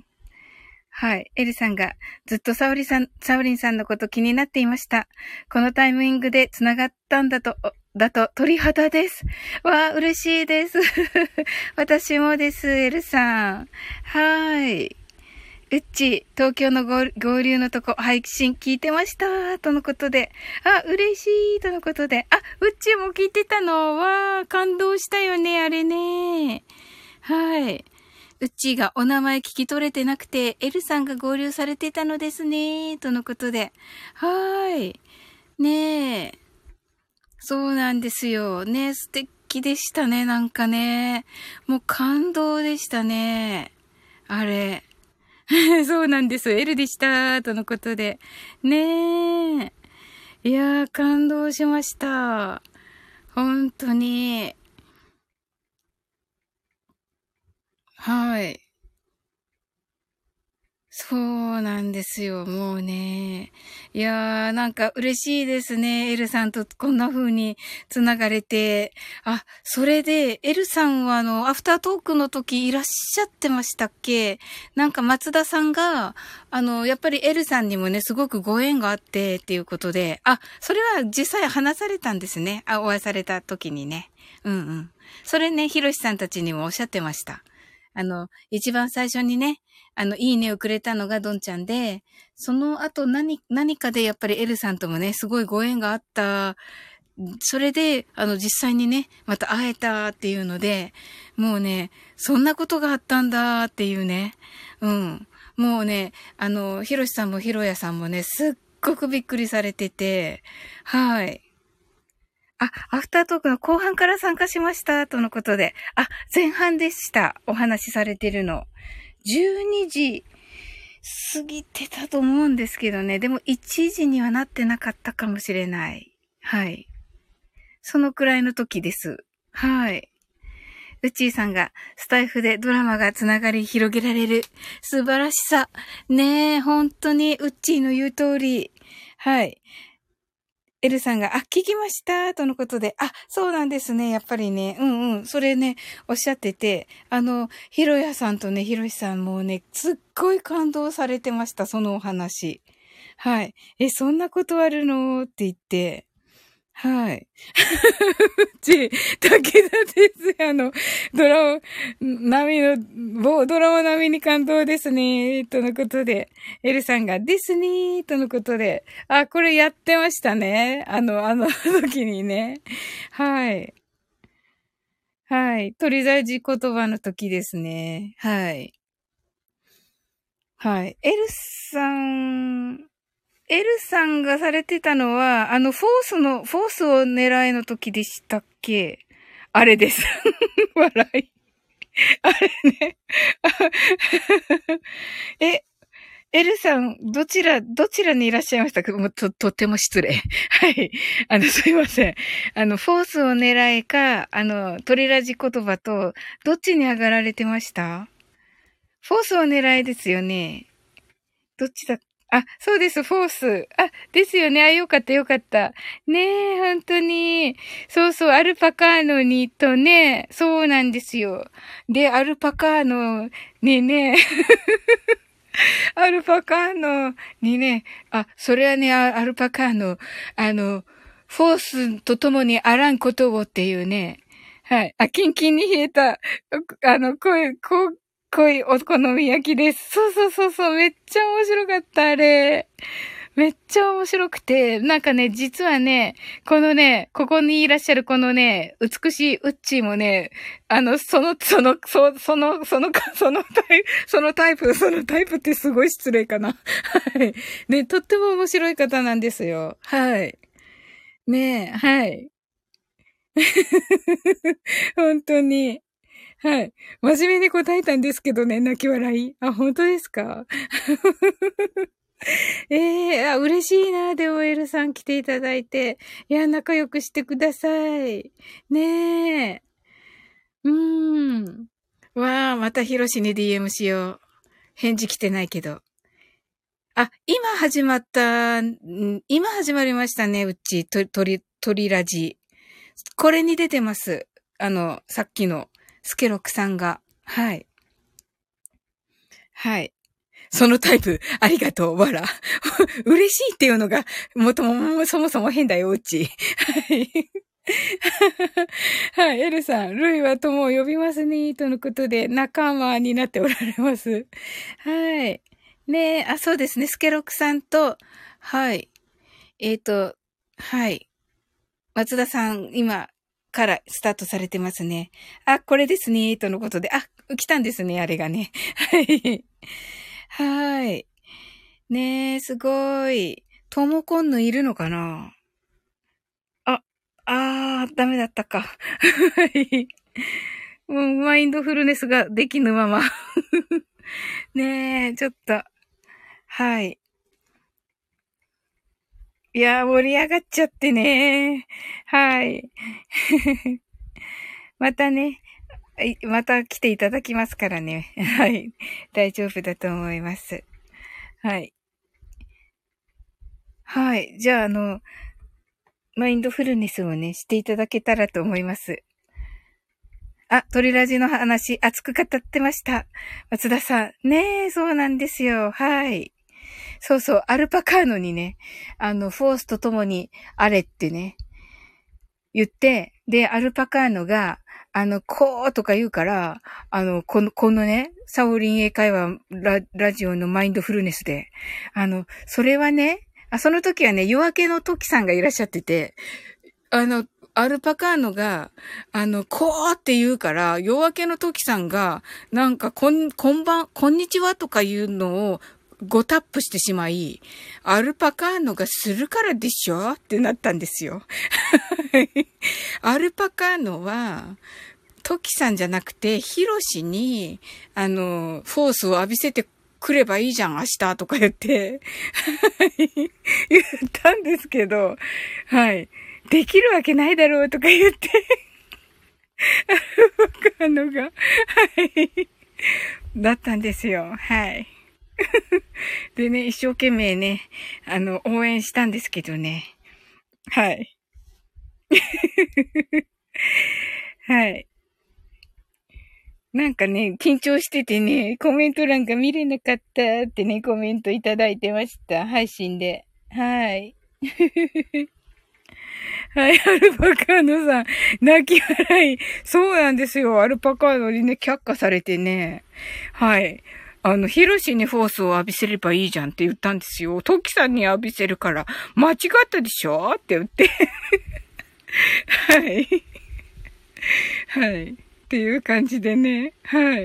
はい。エルさんが、ずっとサオリンさんのこと気になっていました。このタイミングで繋がったんだと、鳥肌です。わあ、嬉しいです。私もです、エルさん。はい。うっち、東京の合流のとこ、配信聞いてました。とのことで。あ、嬉しい。とのことで。あ、うっちも聞いてたの。わあ、感動したよね、あれね。はい。うっちーがお名前聞き取れてなくて、エルさんが合流されてたのですね。とのことで。はーい。ねえ。そうなんですよ。ね、素敵でしたね、なんかね。もう感動でしたね。あれ。そうなんです。エルでした。とのことで。ねえ。いやー、感動しました。本当に。はい。そうなんですよ、もうね。いやー、なんか嬉しいですね。エルさんとこんな風に繋がれて。あ、それで、エルさんはアフタートークの時いらっしゃってましたっけ？なんか松田さんが、やっぱりエルさんにもね、すごくご縁があってっていうことで、あ、それは実際話されたんですね。あ、お会いされた時にね。うんうん。それね、ヒロシさんたちにもおっしゃってました。一番最初にね、いいねをくれたのがドンちゃんで、その後何かでやっぱりエルさんともね、すごいご縁があった。それで、実際にね、また会えたっていうので、もうね、そんなことがあったんだっていうね。うん。もうね、ヒロシさんもヒロヤさんもね、すっごくびっくりされてて、はい。あ、アフタートークの後半から参加しました、とのことで。あ、前半でした。お話しされてるの。12時過ぎてたと思うんですけどね。でも1時にはなってなかったかもしれない。はい。そのくらいの時です。はい。うちーさんがスタイフでドラマがつながり広げられる素晴らしさ。ねえ、本当にうっちーの言う通り。はい。 エルさんが、聞きましたとのことで、そうなんですね。やっぱりね。それね、おっしゃってて、ひろやさんとね、ひろしさんもね、すっごい感動されてました。そのお話。はい。そんなことあるのって言って。はい。武田です。ドラマ、並みの、ドラマ並みに感動ですね。とのことで、エルさんがですね。とのことで、これやってましたね。時にね。はい。はい。鳥大事言葉の時ですね。はい。はい。エルさんがされてたのは、フォースを狙いの時でしたっけ？あれです。笑い。あれね。え、エルさん、どちらにいらっしゃいましたか？もうとっても失礼。はい。すいません。フォースを狙いか、鳥ラジ言葉と、どっちに上がられてました？フォースを狙いですよね。どっちだ、そうです、フォース。ですよね。よかった、よかった。ねえ、本当に。そうそう、アルパカーノにとね、そうなんですよ。で、アルパカーノにね、アルパカーノにね、それはね、アルパカーノ、フォースと共にあらんことをっていうね、はい。キンキンに冷えた、濃いお好み焼きです。そうそうそうそう、めっちゃ面白かった、あれ。めっちゃ面白くて、なんかね、実はね、このね、ここにいらっしゃるこのね、美しいウッチーもね、そのタイプってすごい失礼かな。はい。ね、とっても面白い方なんですよ。はい。ねえ、はい。本当に。はい。真面目に答えたんですけどね、泣き笑い。本当ですか？嬉しいな、でもエルさん来ていただいて。いや、仲良くしてください。ねえ。うーん。わあ、またヒロシに DM しよう。返事来てないけど。今始まりましたね、うち、とりラジ。これに出てます。さっきの、スケロクさんが。はい。はい。そのタイプ、ありがとう、わら。嬉しいっていうのが、そもそも変だよ、うち。はい。はい、エルさん、ルイは友を呼びますね、とのことで、仲間になっておられます。はい。ねえ、そうですね、スケロクさんと、はい。はい。松田さん、今からスタートされてますね。これですね、とのことで、来たんですね、あれがね。はい。はい。ねえ、すごい。トモコンヌいるのかな？あ、ダメだったか。はい。もうマインドフルネスができぬまま。ねえ、ちょっと。はい。いやー、盛り上がっちゃってね。はい。またね、また来ていただきますからね。はい。大丈夫だと思います。はい。はい。じゃあ、マインドフルネスをね、していただけたらと思います。鳥ラジの話、熱く語ってました。松田さん。ねえ、そうなんですよ。はい。そうそう、アルパカーノにね、フォースと共にあれってね、言って、で、アルパカーノが、こうとか言うから、このね、サオリン英会話ラジオのマインドフルネスで、それはね、その時はね、夜明けの時さんがいらっしゃってて、アルパカーノが、こうって言うから、夜明けの時さんが、なんか、こんにちはとかいうのを、ごタップしてしまい、アルパカーノがするからでしょってなったんですよ。アルパカーノは、トキさんじゃなくて、ヒロシに、フォースを浴びせてくればいいじゃん、明日とか言って、言ったんですけど、はい。できるわけないだろうとか言って、アルパカーノが、はい。だったんですよ。はい。でね、一生懸命ね、応援したんですけどね。 はい。はい。なんかね、緊張しててね、コメント欄が見れなかったってね、コメントいただいてました。配信で。はい。はい、アルパカーノさん、泣き笑い。そうなんですよ。アルパカーノにね、却下されてね。はい。ヒロシにフォースを浴びせればいいじゃんって言ったんですよ。トキさんに浴びせるから、間違ったでしょって言って。はい。はい。っていう感じでね。はい。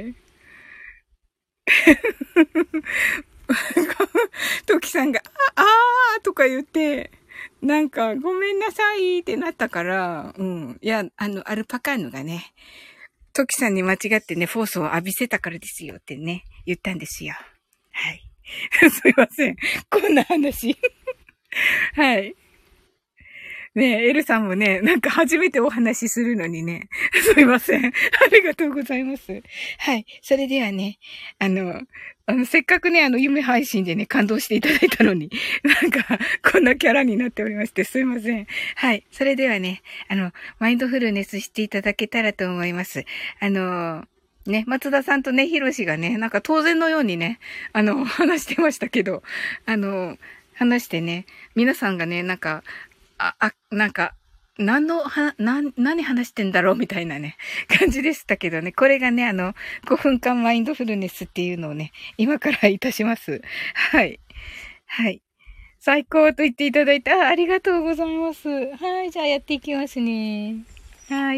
トキさんが、あーとか言って、なんか、ごめんなさいってなったから、うん。いや、アルパカーヌがね、トキさんに間違ってね、フォースを浴びせたからですよってね、言ったんですよ。はい。すいません。こんな話。はい。ねえ、エルさんもね、なんか初めてお話しするのにね、すいません。ありがとうございます。はい。それではね、あの、せっかくね、夢配信でね、感動していただいたのに、なんか、こんなキャラになっておりまして、すいません。はい。それではね、マインドフルネスしていただけたらと思います。ね、松田さんとね、ヒロシがね、なんか当然のようにね、話してましたけど、話してね、皆さんがね、なんか、なんか、何話してんだろうみたいなね、感じでしたけどね。これがね、5分間マインドフルネスっていうのをね、今からいたします。はい。はい。最高と言っていただいて、ありがとうございます。はい。じゃあやっていきますね。はい。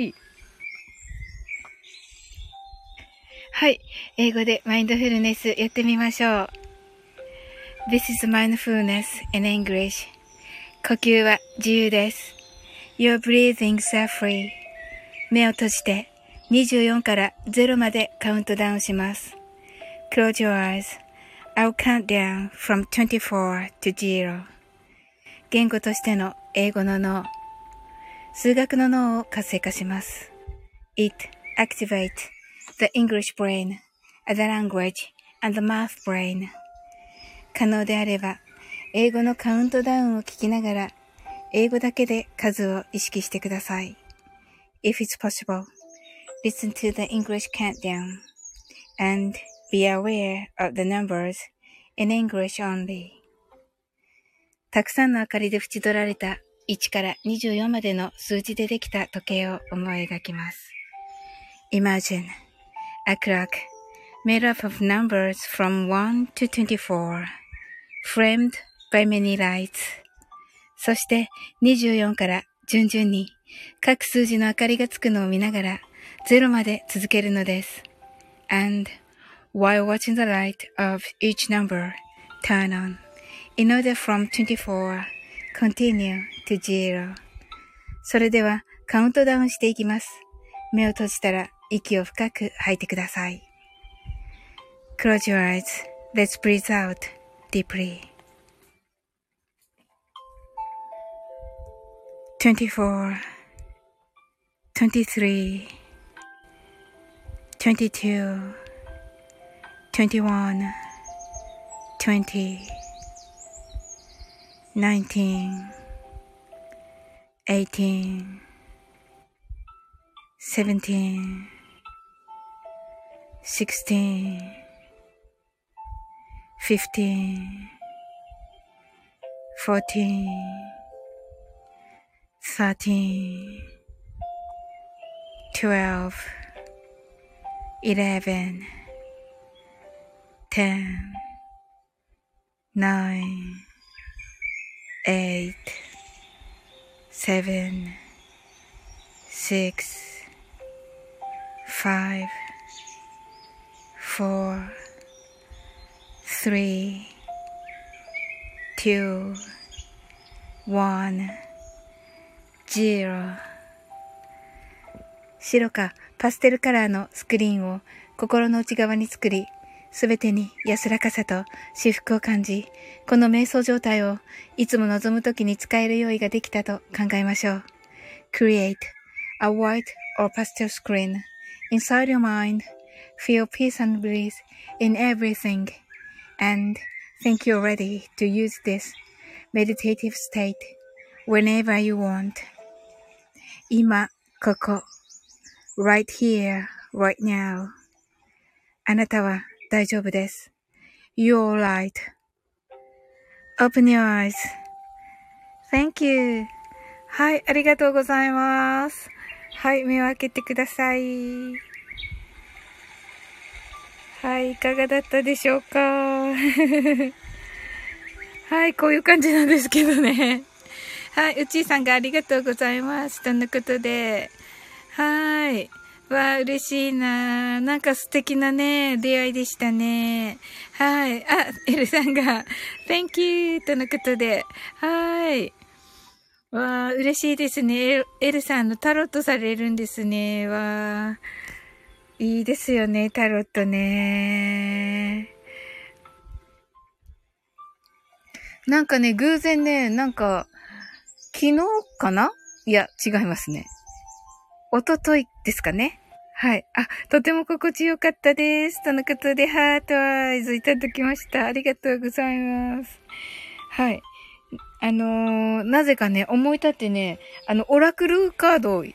はい。英語でマインドフルネスやってみましょう。This is mindfulness in English. 呼吸は自由です。Your breathings are free. 目を閉じて24から0までカウントダウンします。Close your eyes. I'll count down from 24 to 0. 言語としての英語の脳、数学の脳を活性化します。It activates the English brain, the language, and the math brain. 可能であれば、英語のカウントダウンを聞きながら、英語だけで数を意識してください。If it's possible, listen to the English countdown and be aware of the numbers in English only. たくさんの明かりで縁取られた1から24までの数字でできた時計を思い描きます。Imagine a clock made up of numbers from 1 to 24, framed by many lights. そして24から順々に各数字の明かりがつくのを見ながら0まで続けるのです。And while watching the light of each number turn on, in order from 24, continue to 0. それではカウントダウンしていきます。目を閉じたら息を深く吐いてください。Close your eyes. Let's breathe out deeply. 24, 23, 22, 21, 20, 19, 18, 17, 16, 15, 14, 13, 12, 11, 10, 9, 8, 7, 6, 5, 4, 3, 2, 1, 0. 白かパステルカラーのスクリーンを心の内側に作り、すべてに安らかさと至福を感じ、この瞑想状態をいつも望むときに使える用意ができたと考えましょう。Create a white or pastel screen inside your mind. Feel peace and bliss in everything. And think you're ready to use this meditative state whenever you want. 今、ここ。right here, right now. あなたは大丈夫です。You're right.Open your eyes.Thank you. はい、ありがとうございます。はい、目を開けてください。はい、いかがだったでしょうかはい、こういう感じなんですけどね。はい、うちーさんがありがとうございます。とのことで。はい。わあ、嬉しいな。なんか素敵なね、出会いでしたね。はい。あ、エルさんが、Thank you! とのことで。はい。わあ、嬉しいですね。エルさんのタロットされるんですね。わあ、いいですよね、タロットね。なんかね、偶然ね、なんか、昨日かないや、違いますね。一昨日ですかね。はい。あ、とても心地よかったです。とのことで、ハートアイズいただきました。ありがとうございます。はい。なぜかね、思い立ってね、オラクルカードを、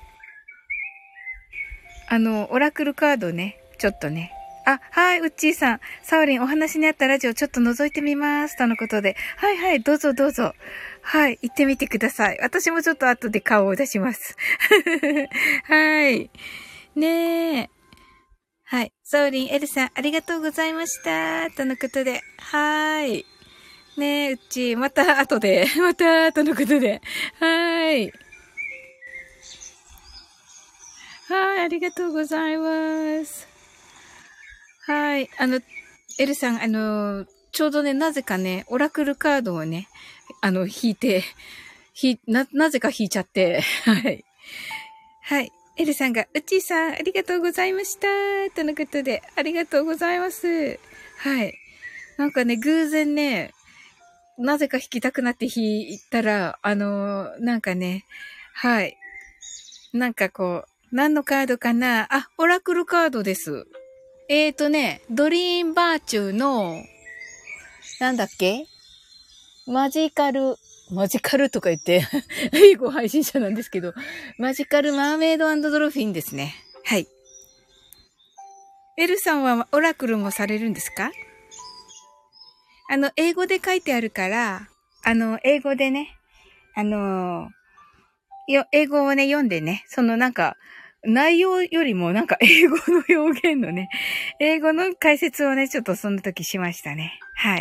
オラクルカードね、ちょっとね。あ、はい、うっちーさん。サオリン、お話にあったラジオちょっと覗いてみます。とのことで。はいはい、どうぞどうぞ。はい、行ってみてください。私もちょっと後で顔を出します。はい。ねえ。はい。サオリン、エルさん、ありがとうございました。とのことで。はい。ねえ、うっちー、また後で。また、とのことで。はい。はい、ありがとうございます。はい。エルさん、ちょうどね、なぜかね、オラクルカードをね、引いて、なぜか引いちゃって、はい。はい。エルさんが、うちーさん、ありがとうございました。とのことで、ありがとうございます。はい。なんかね、偶然ね、なぜか弾きたくなって弾いたら、なんかね、はい。なんかこう、何のカードかなあ、オラクルカードです。ドリーンバーチューの、なんだっけマジカルとか言って、英語配信者なんですけど、マジカルマーメイド&ドルフィンですね。はい。エルさんはオラクルもされるんですか？英語で書いてあるから、英語でね、英語をね、読んでね、なんか、内容よりもなんか英語の表現のね、英語の解説をね、ちょっとその時しましたね。はい。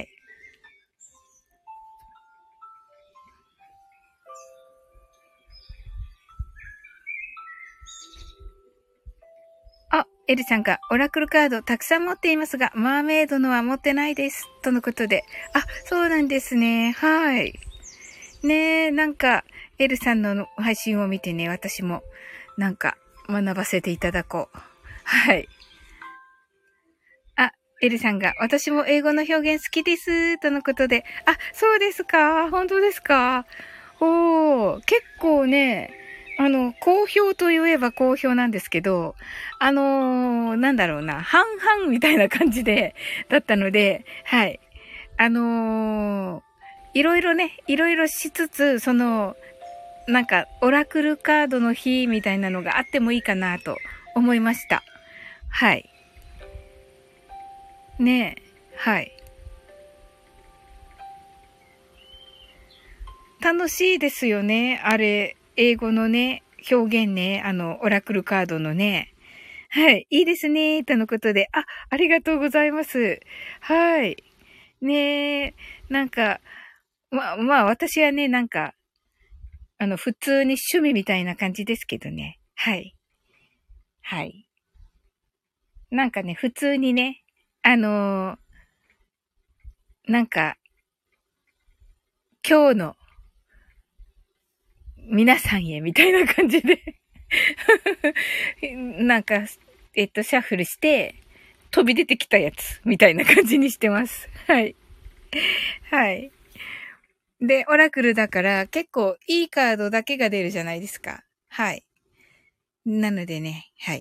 あ、エルさんが、オラクルカードたくさん持っていますが、マーメイドのは持ってないです。とのことで。あ、そうなんですね。はい。ねえ、なんか、エルさんの配信を見てね、私も、なんか、学ばせていただこう。はい。あ、エルさんが、私も英語の表現好きです。とのことで。あ、そうですか。本当ですか。おー、結構ね、好評と言えば好評なんですけど、なんだろうな、半々みたいな感じだったので、はい。いろいろね、いろいろしつつ、なんか、オラクルカードの日みたいなのがあってもいいかなと思いました。はい。ねえ、はい。楽しいですよね。あれ、英語のね、表現ね、オラクルカードのね。はい。いいですね。とのことで。あ、ありがとうございます。はい。ねえ、なんか、私はね、なんか、普通に趣味みたいな感じですけどね。はい。はい。なんかね、普通にね、あのなんか、今日の皆さんへみたいな感じでなんか、シャッフルして、飛び出てきたやつ、みたいな感じにしてます。はい。はい。で、オラクルだから、結構いいカードだけが出るじゃないですか。はい。なのでね、はい。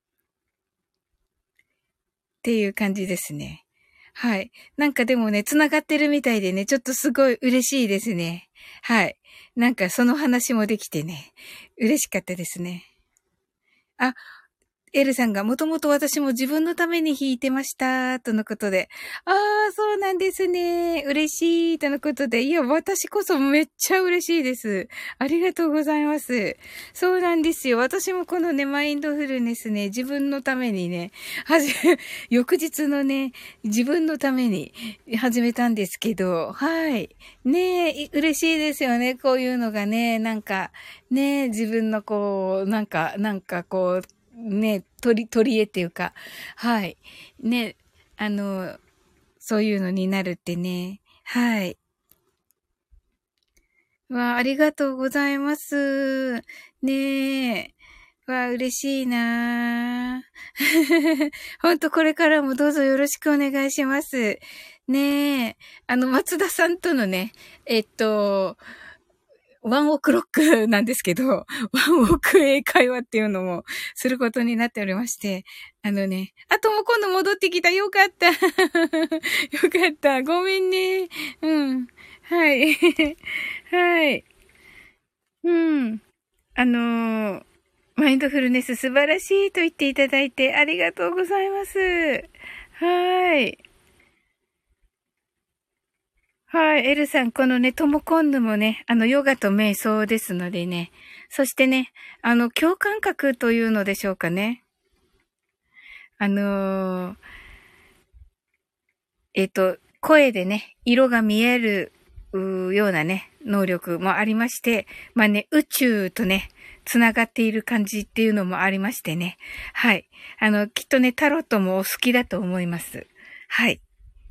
っていう感じですね。はい。なんかでもね、繋がってるみたいでね、ちょっとすごい嬉しいですね。はい。 なんかその話もできてね、嬉しかったですね。あ、エルさんがもともと私も自分のために弾いてました、とのことで。ああ、そうなんですね。嬉しい、とのことで。いや、私こそめっちゃ嬉しいです。ありがとうございます。そうなんですよ。私もこのね、マインドフルネスね、自分のためにね、翌日のね、自分のために始めたんですけど、はい。ねえ、嬉しいですよね。こういうのがね、なんか、ねえ、自分のこう、なんかこう、ね、取り柄っていうか、はい。ね、そういうのになるってね。はい。わあ、ありがとうございます。ねえ。わあ、嬉しいなー。ほんとこれからもどうぞよろしくお願いします。ねえ。松田さんとのね、ワンオクロックなんですけど、ワンオク英会話っていうのもすることになっておりまして、とも今度戻ってきた。よかった。よかった。ごめんね。うん。はい。はい。うん。あのーマインドフルネス素晴らしいと言っていただいてありがとうございます。はい。はい。エルさん、このね、トモコンヌもね、ヨガと瞑想ですのでね。そしてね、共感覚というのでしょうかね。あのー声でね、色が見える、ようなね、能力もありまして、まあね、宇宙とね、つながっている感じっていうのもありましてね。はい。きっとね、タロットもお好きだと思います。はい。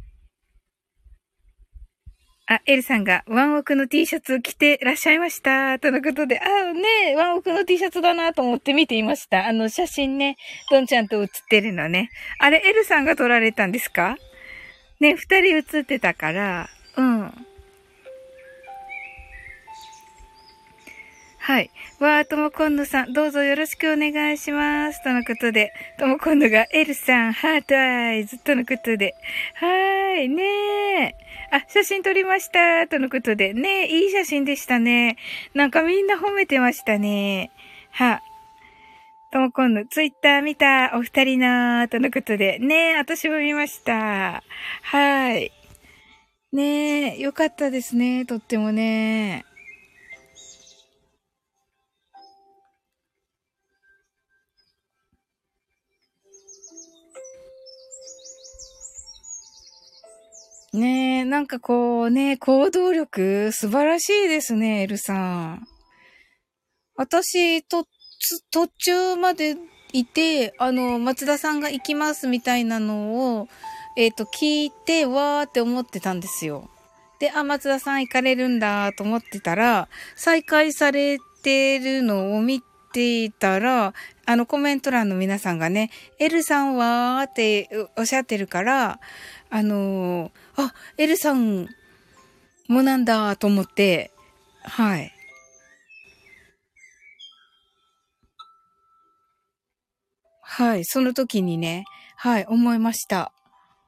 あ、エルさんがワンオクの T シャツ着てらっしゃいました。とのことで、ワンオクの T シャツだなと思って見ていました。写真ね、ドンちゃんと写ってるのね。あれ、エルさんが撮られたんですか？ね、二人写ってたから、うん。はい。ともこんぬさん、どうぞよろしくお願いします。とのことで、ともこんぬが、エルさん、ハートアイズ、とのことで、はーい、ねえ。あ、写真撮りました、とのことで、ねえ、いい写真でしたね。なんかみんな褒めてましたね。ともこんぬ、ツイッター見た、お二人の、とのことで、ねえ、私も見ました。はい。ねえ、よかったですね、とってもね。ねえ、なんかこうね、行動力素晴らしいですね、エルさん。私、途中までいて、松田さんが行きますみたいなのを、聞いて、わーって思ってたんですよ。で、あ、松田さん行かれるんだと思ってたら、再開されてるのを見ていたら、コメント欄の皆さんがね、エルさんはーっておっしゃってるから、エルさんもなんだと思って、はい。はい。その時にね、はい、思いました。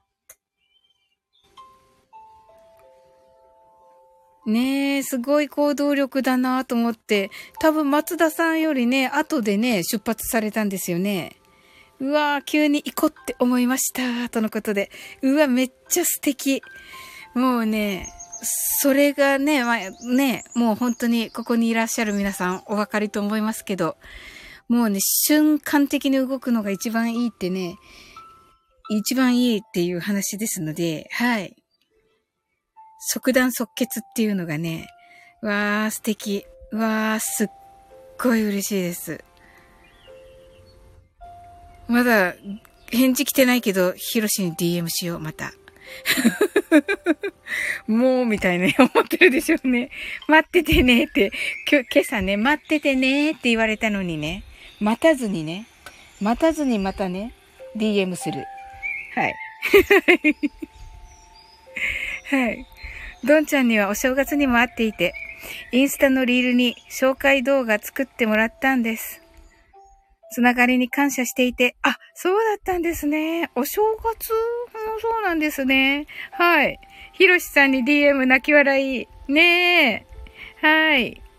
ねえ、すごい行動力だなと思って、多分松田さんよりね、後でね、出発されたんですよね。うわー、急に行こうって思いました。とのことで。うわ、めっちゃ素敵。もうね、それがね、まあ、ね、もう本当にここにいらっしゃる皆さんお分かりと思いますけど、もうね、瞬間的に動くのが一番いいってね、一番いいっていう話ですので、はい。即断即決っていうのがね、わー素敵。わーすっごい嬉しいです。まだ返事来てないけど、ヒロシに DM しよう、また。もう、みたいな思ってるでしょうね。待っててねって、今朝ね、待っててねって言われたのにね、待たずにまたね、DM する。はい。はい。ドンちゃんにはお正月にも会っていて、インスタのリールに紹介動画作ってもらったんです。つながりに感謝していて、あ、そうだったんですね。お正月もそうなんですね。はい。ひろしさんに DM 泣き笑い。ねえ。はい。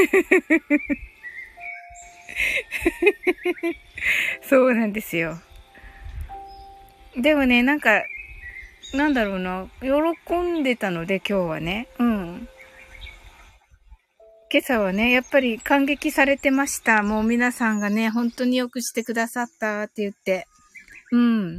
そうなんですよ。でもね、なんか、なんだろうな、喜んでたので今日はね。うん。今朝はね、やっぱり感激されてました。もう皆さんがね、本当によくしてくださったって言って。うん。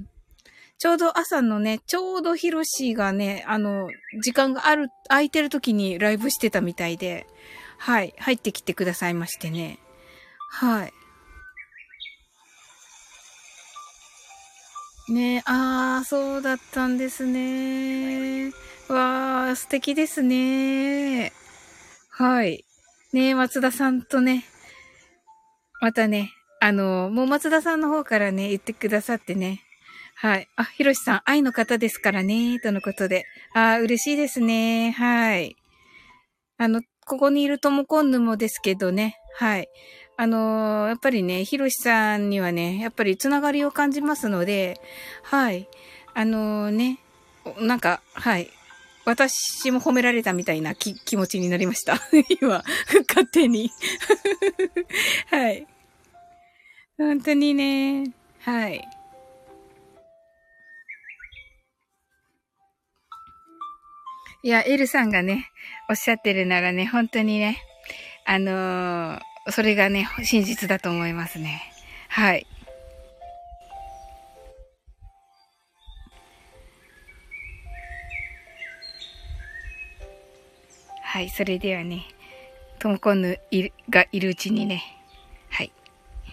ちょうど朝のね、ちょうどヒロシがね、時間が空いてる時にライブしてたみたいで、はい、入ってきてくださいましてね。はい。ね、そうだったんですね。わー、素敵ですね。はい。ね、松田さんとね、またね、もう松田さんの方からね、言ってくださってね。はい。あ、ひろしさん、愛の方ですからね、とのことで。嬉しいですね。はい。ここにいるともこんぬもですけどね。はい。やっぱりね、ひろしさんにはね、やっぱりつながりを感じますので、はい。ね、なんか、はい。私も褒められたみたいな気持ちになりました。今、勝手に。はい。本当にね。はい。いや、エルさんがね、おっしゃってるならね、本当にね、あのそれがね、真実だと思いますね。はい。はい。それではね、ともこんぬがいるうちにね、はい。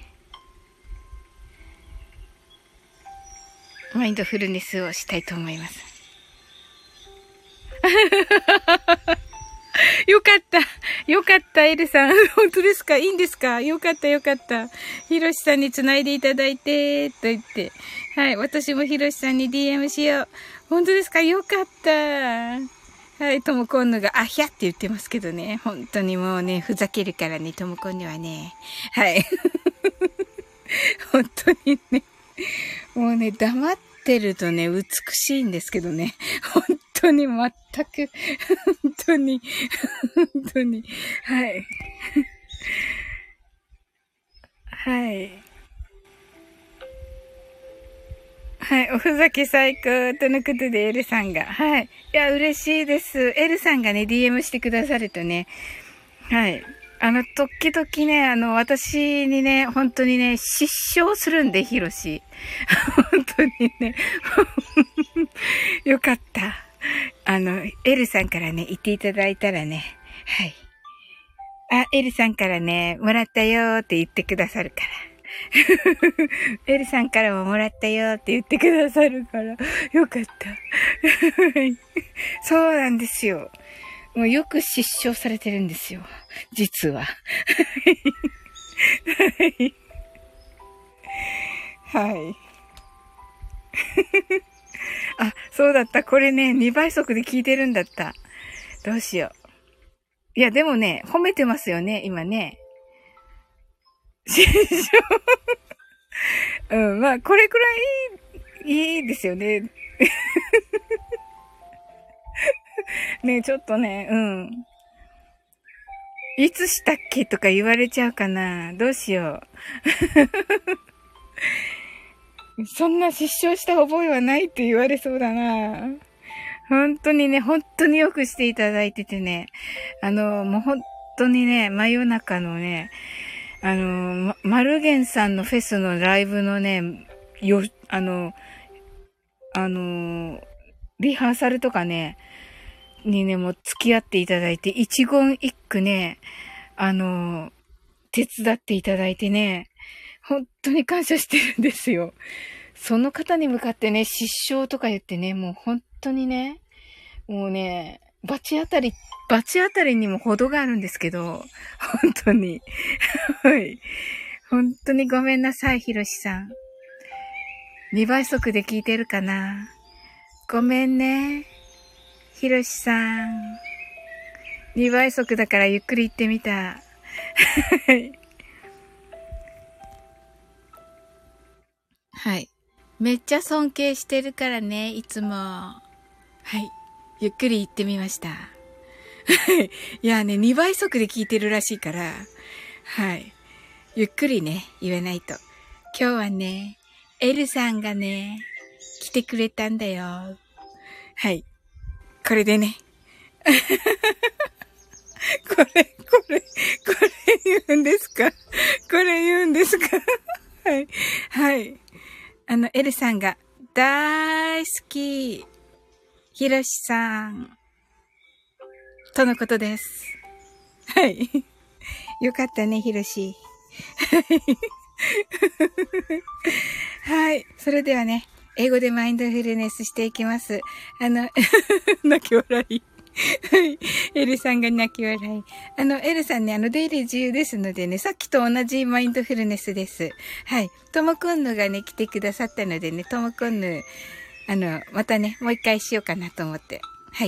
マインドフルネスをしたいと思います。よかった。よかった、エルさん。本当ですか？いいんですか？よかった、よかった。ヒロシさんに繋いでいただいて、と言って。はい。私もヒロシさんに DM しよう。本当ですか？よかった。はい。ともこんぬが、あひゃって言ってますけどね。本当にもうね、ふざけるからね、ともこんぬはね。はい。本当にね。もうね、黙ってるとね、美しいんですけどね。本当に全く、本当に、本当に。はい。はい。はい。おふざけ最高とのことでエルさんが。はい。いや、嬉しいです。エルさんがね、DM してくださるとね。はい。時々ね、私にね、本当にね、失笑するんで、ヒロシ。本当にね。よかった。エルさんからね、言っていただいたらね。はい。エルさんからね、もらったよーって言ってくださるから。エルさんからももらったよって言ってくださるから、よかった。そうなんですよ。もうよく失笑されてるんですよ。実は。はい。はい。そうだった。これね、2倍速で聞いてるんだった。どうしよう。いや、でもね、褒めてますよね、今ね。失笑。うん、まあ、これくらいいいですよね。ね、ちょっとね、うん。いつしたっけとか言われちゃうかな。どうしよう。そんな失笑した覚えはないって言われそうだな。本当にね、本当によくしていただいててね。もう本当にね、真夜中のね、マルゲンさんのフェスのライブのね、あの、リハーサルとかね、にね、もう付き合っていただいて、一言一句ね、あの、手伝っていただいてね、本当に感謝してるんですよ。その方に向かってね、失笑とか言ってね、もう本当にね、もうね、罰当たりにも程があるんですけど、本当に。はい。本当にごめんなさい、ひろしさん。2倍速で聞いてるかな？ごめんね、ひろしさん。2倍速だからゆっくり言ってみた。はい。はい。めっちゃ尊敬してるからね、いつも。はい。ゆっくり言ってみました。 はい。いやね、2倍速で聞いてるらしいから、はい。ゆっくりね、言えないと。今日はね、エルさんがね、来てくれたんだよ。はい。これでね。これ言うんですか？これ言うんですか？はい。はい。エルさんが大好き、ヒロシさん、とのことです。はい。よかったね、ヒロシ。はい。それではね、英語でマインドフルネスしていきます。泣き笑い。はい。エルさんが泣き笑い。エルさんね、出入り自由ですのでね、さっきと同じマインドフルネスです。はい。ともくんぬがね、来てくださったのでね、ともくんぬ、またね、もう一回しようかなと思って。はい。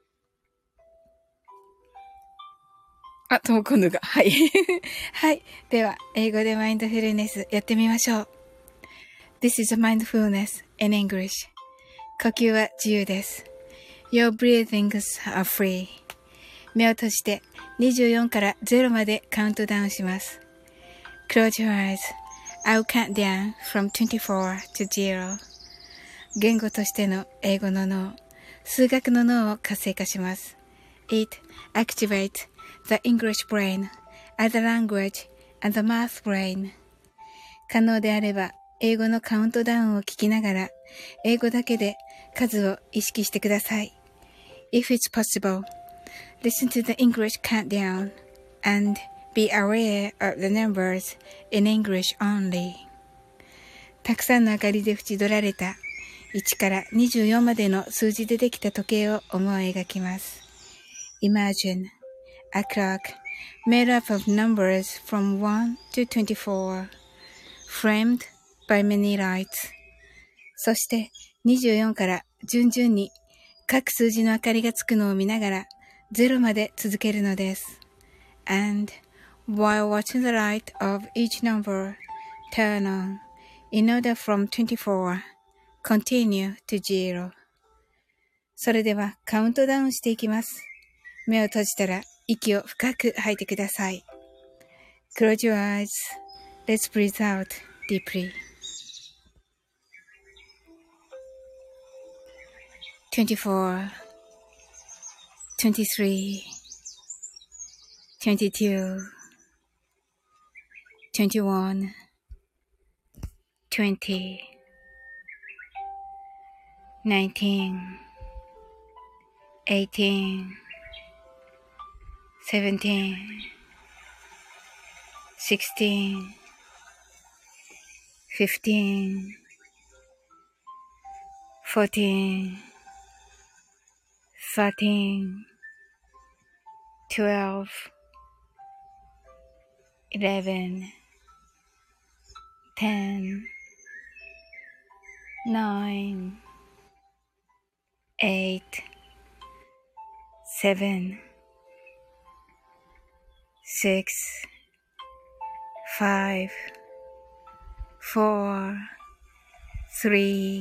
あ、ともこんぬが。はい。はい。では、英語でマインドフルネスやってみましょう。This is a mindfulness in English. 呼吸は自由です。Your breathings are free. 目を閉じて24から0までカウントダウンします。Close your eyes.I'll count down from 24 to 0. 言語としての英語の脳、数学の脳を活性化します。It activates the English brain as a language and the math brain. 可能であれば、英語のカウントダウンを聞きながら、英語だけで数を意識してください。If it's possible, listen to the English countdown and be aware of the numbers in English only. たくさんの明かりで縁取られた1から24までの数字でできた時計を思い描きます。Imagine a clock made up of numbers from 1 to 24, framed by many lights. そして24から順々に各数字の明かりがつくのを見ながら0まで続けるのです。And while watching the light of each number turn on in order from 24, continue to 0. それではカウントダウンしていきます。目を閉じたら息を深く吐いてください。Close your eyes. Let's breathe out deeply. 24, 23, 22, 21, 20, 19, 18, 17, 16, 15, 14, 13, 12, 11, 10, 9, 8, 7, 6, 5, 4, 3,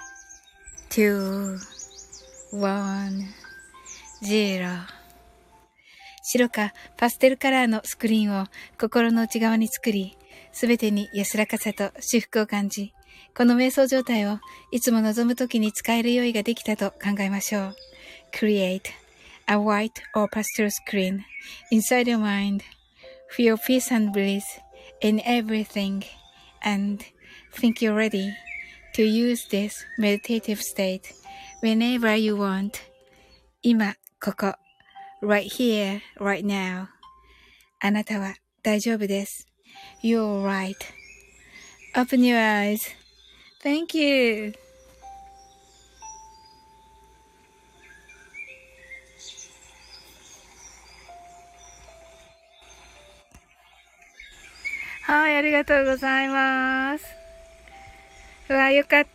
2, 1, 0。白かパステルカラーのスクリーンを心の内側に作り、すべてに安らかさと至福を感じ、この瞑想状態をいつも望むときに使える用意ができたと考えましょう。Create a white or pastel screen inside your mind. Feel peace and bliss in everything and think you're ready to use this meditative state whenever you want. 今、ここ。right here, right now. あなたは大丈夫です。You're right. Open your eyes. Thank you. はい、ありがとうございます。うわ、よかった。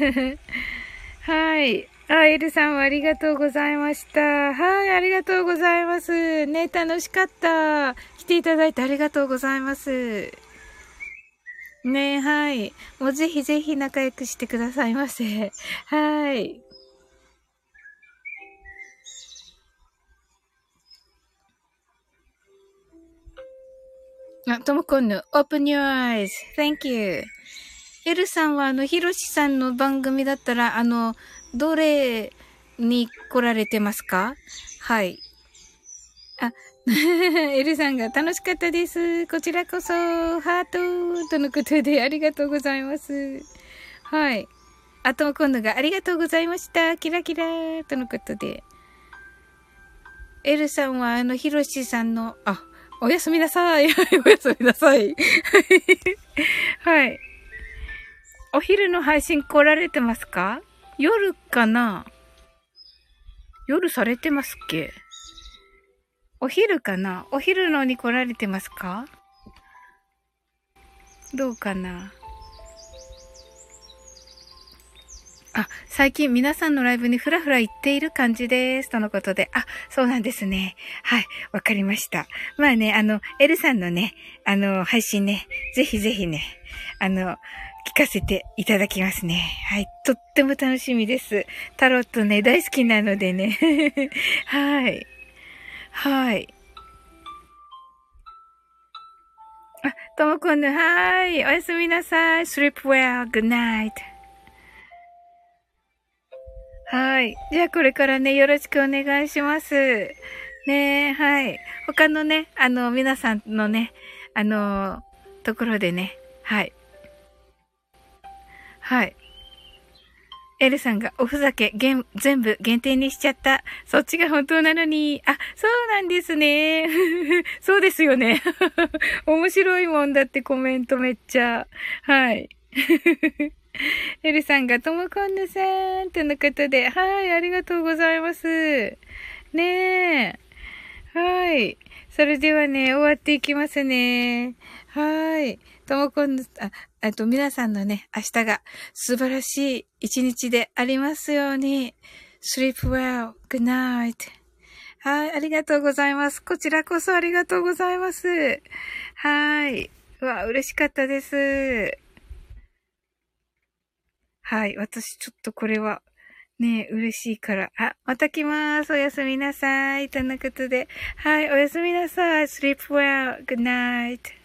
はい。エルさんもありがとうございました。はい、ありがとうございます。ね、楽しかった。来ていただいてありがとうございます。ね、はい。もうぜひぜひ仲良くしてくださいませ。はい。 あ、ともこんぬ、open your eyes.Thank you. エルさんはひろしさんの番組だったら、どれに来られてますか？はい。あ、エルさんが楽しかったです。こちらこそ、ハートとのことでありがとうございます。はい。あとも今度がありがとうございました。キラキラとのことで。エルさんはヒロシさんの、おやすみなさい。おやすみなさい。はい。お昼の配信来られてますか？夜かな？夜されてますっけ？お昼かな？お昼のに来られてますか？どうかな？最近皆さんのライブにふらふら行っている感じです。とのことで。そうなんですね。はい。わかりました。まあね、エルさんのね、配信ね、ぜひぜひね、聞かせていただきますね。はい。とっても楽しみです。タロットね、大好きなのでね。はい。はい。ともこんぬ、はい。おやすみなさい。sleep well. good night. はい。じゃあこれからね、よろしくお願いします。ねえ、はい。他のね、皆さんのね、ところでね、はい。はい。エルさんがおふざけ、全部限定にしちゃった。そっちが本当なのに。そうなんですね。そうですよね。面白いもんだってコメントめっちゃ。はい。エルさんがともこんぬさんとのことで、はい、ありがとうございます。ねえ。はい。それではね、終わっていきますね。はい。ともこんぬ、皆さんのね、明日が素晴らしい一日でありますように。sleep well. good night. はい、ありがとうございます。こちらこそありがとうございます。はい。嬉しかったです。はい。私ちょっとこれは、ね嬉しいから。また来ます。おやすみなさい。とのことで。はい。おやすみなさい。sleep well. good night.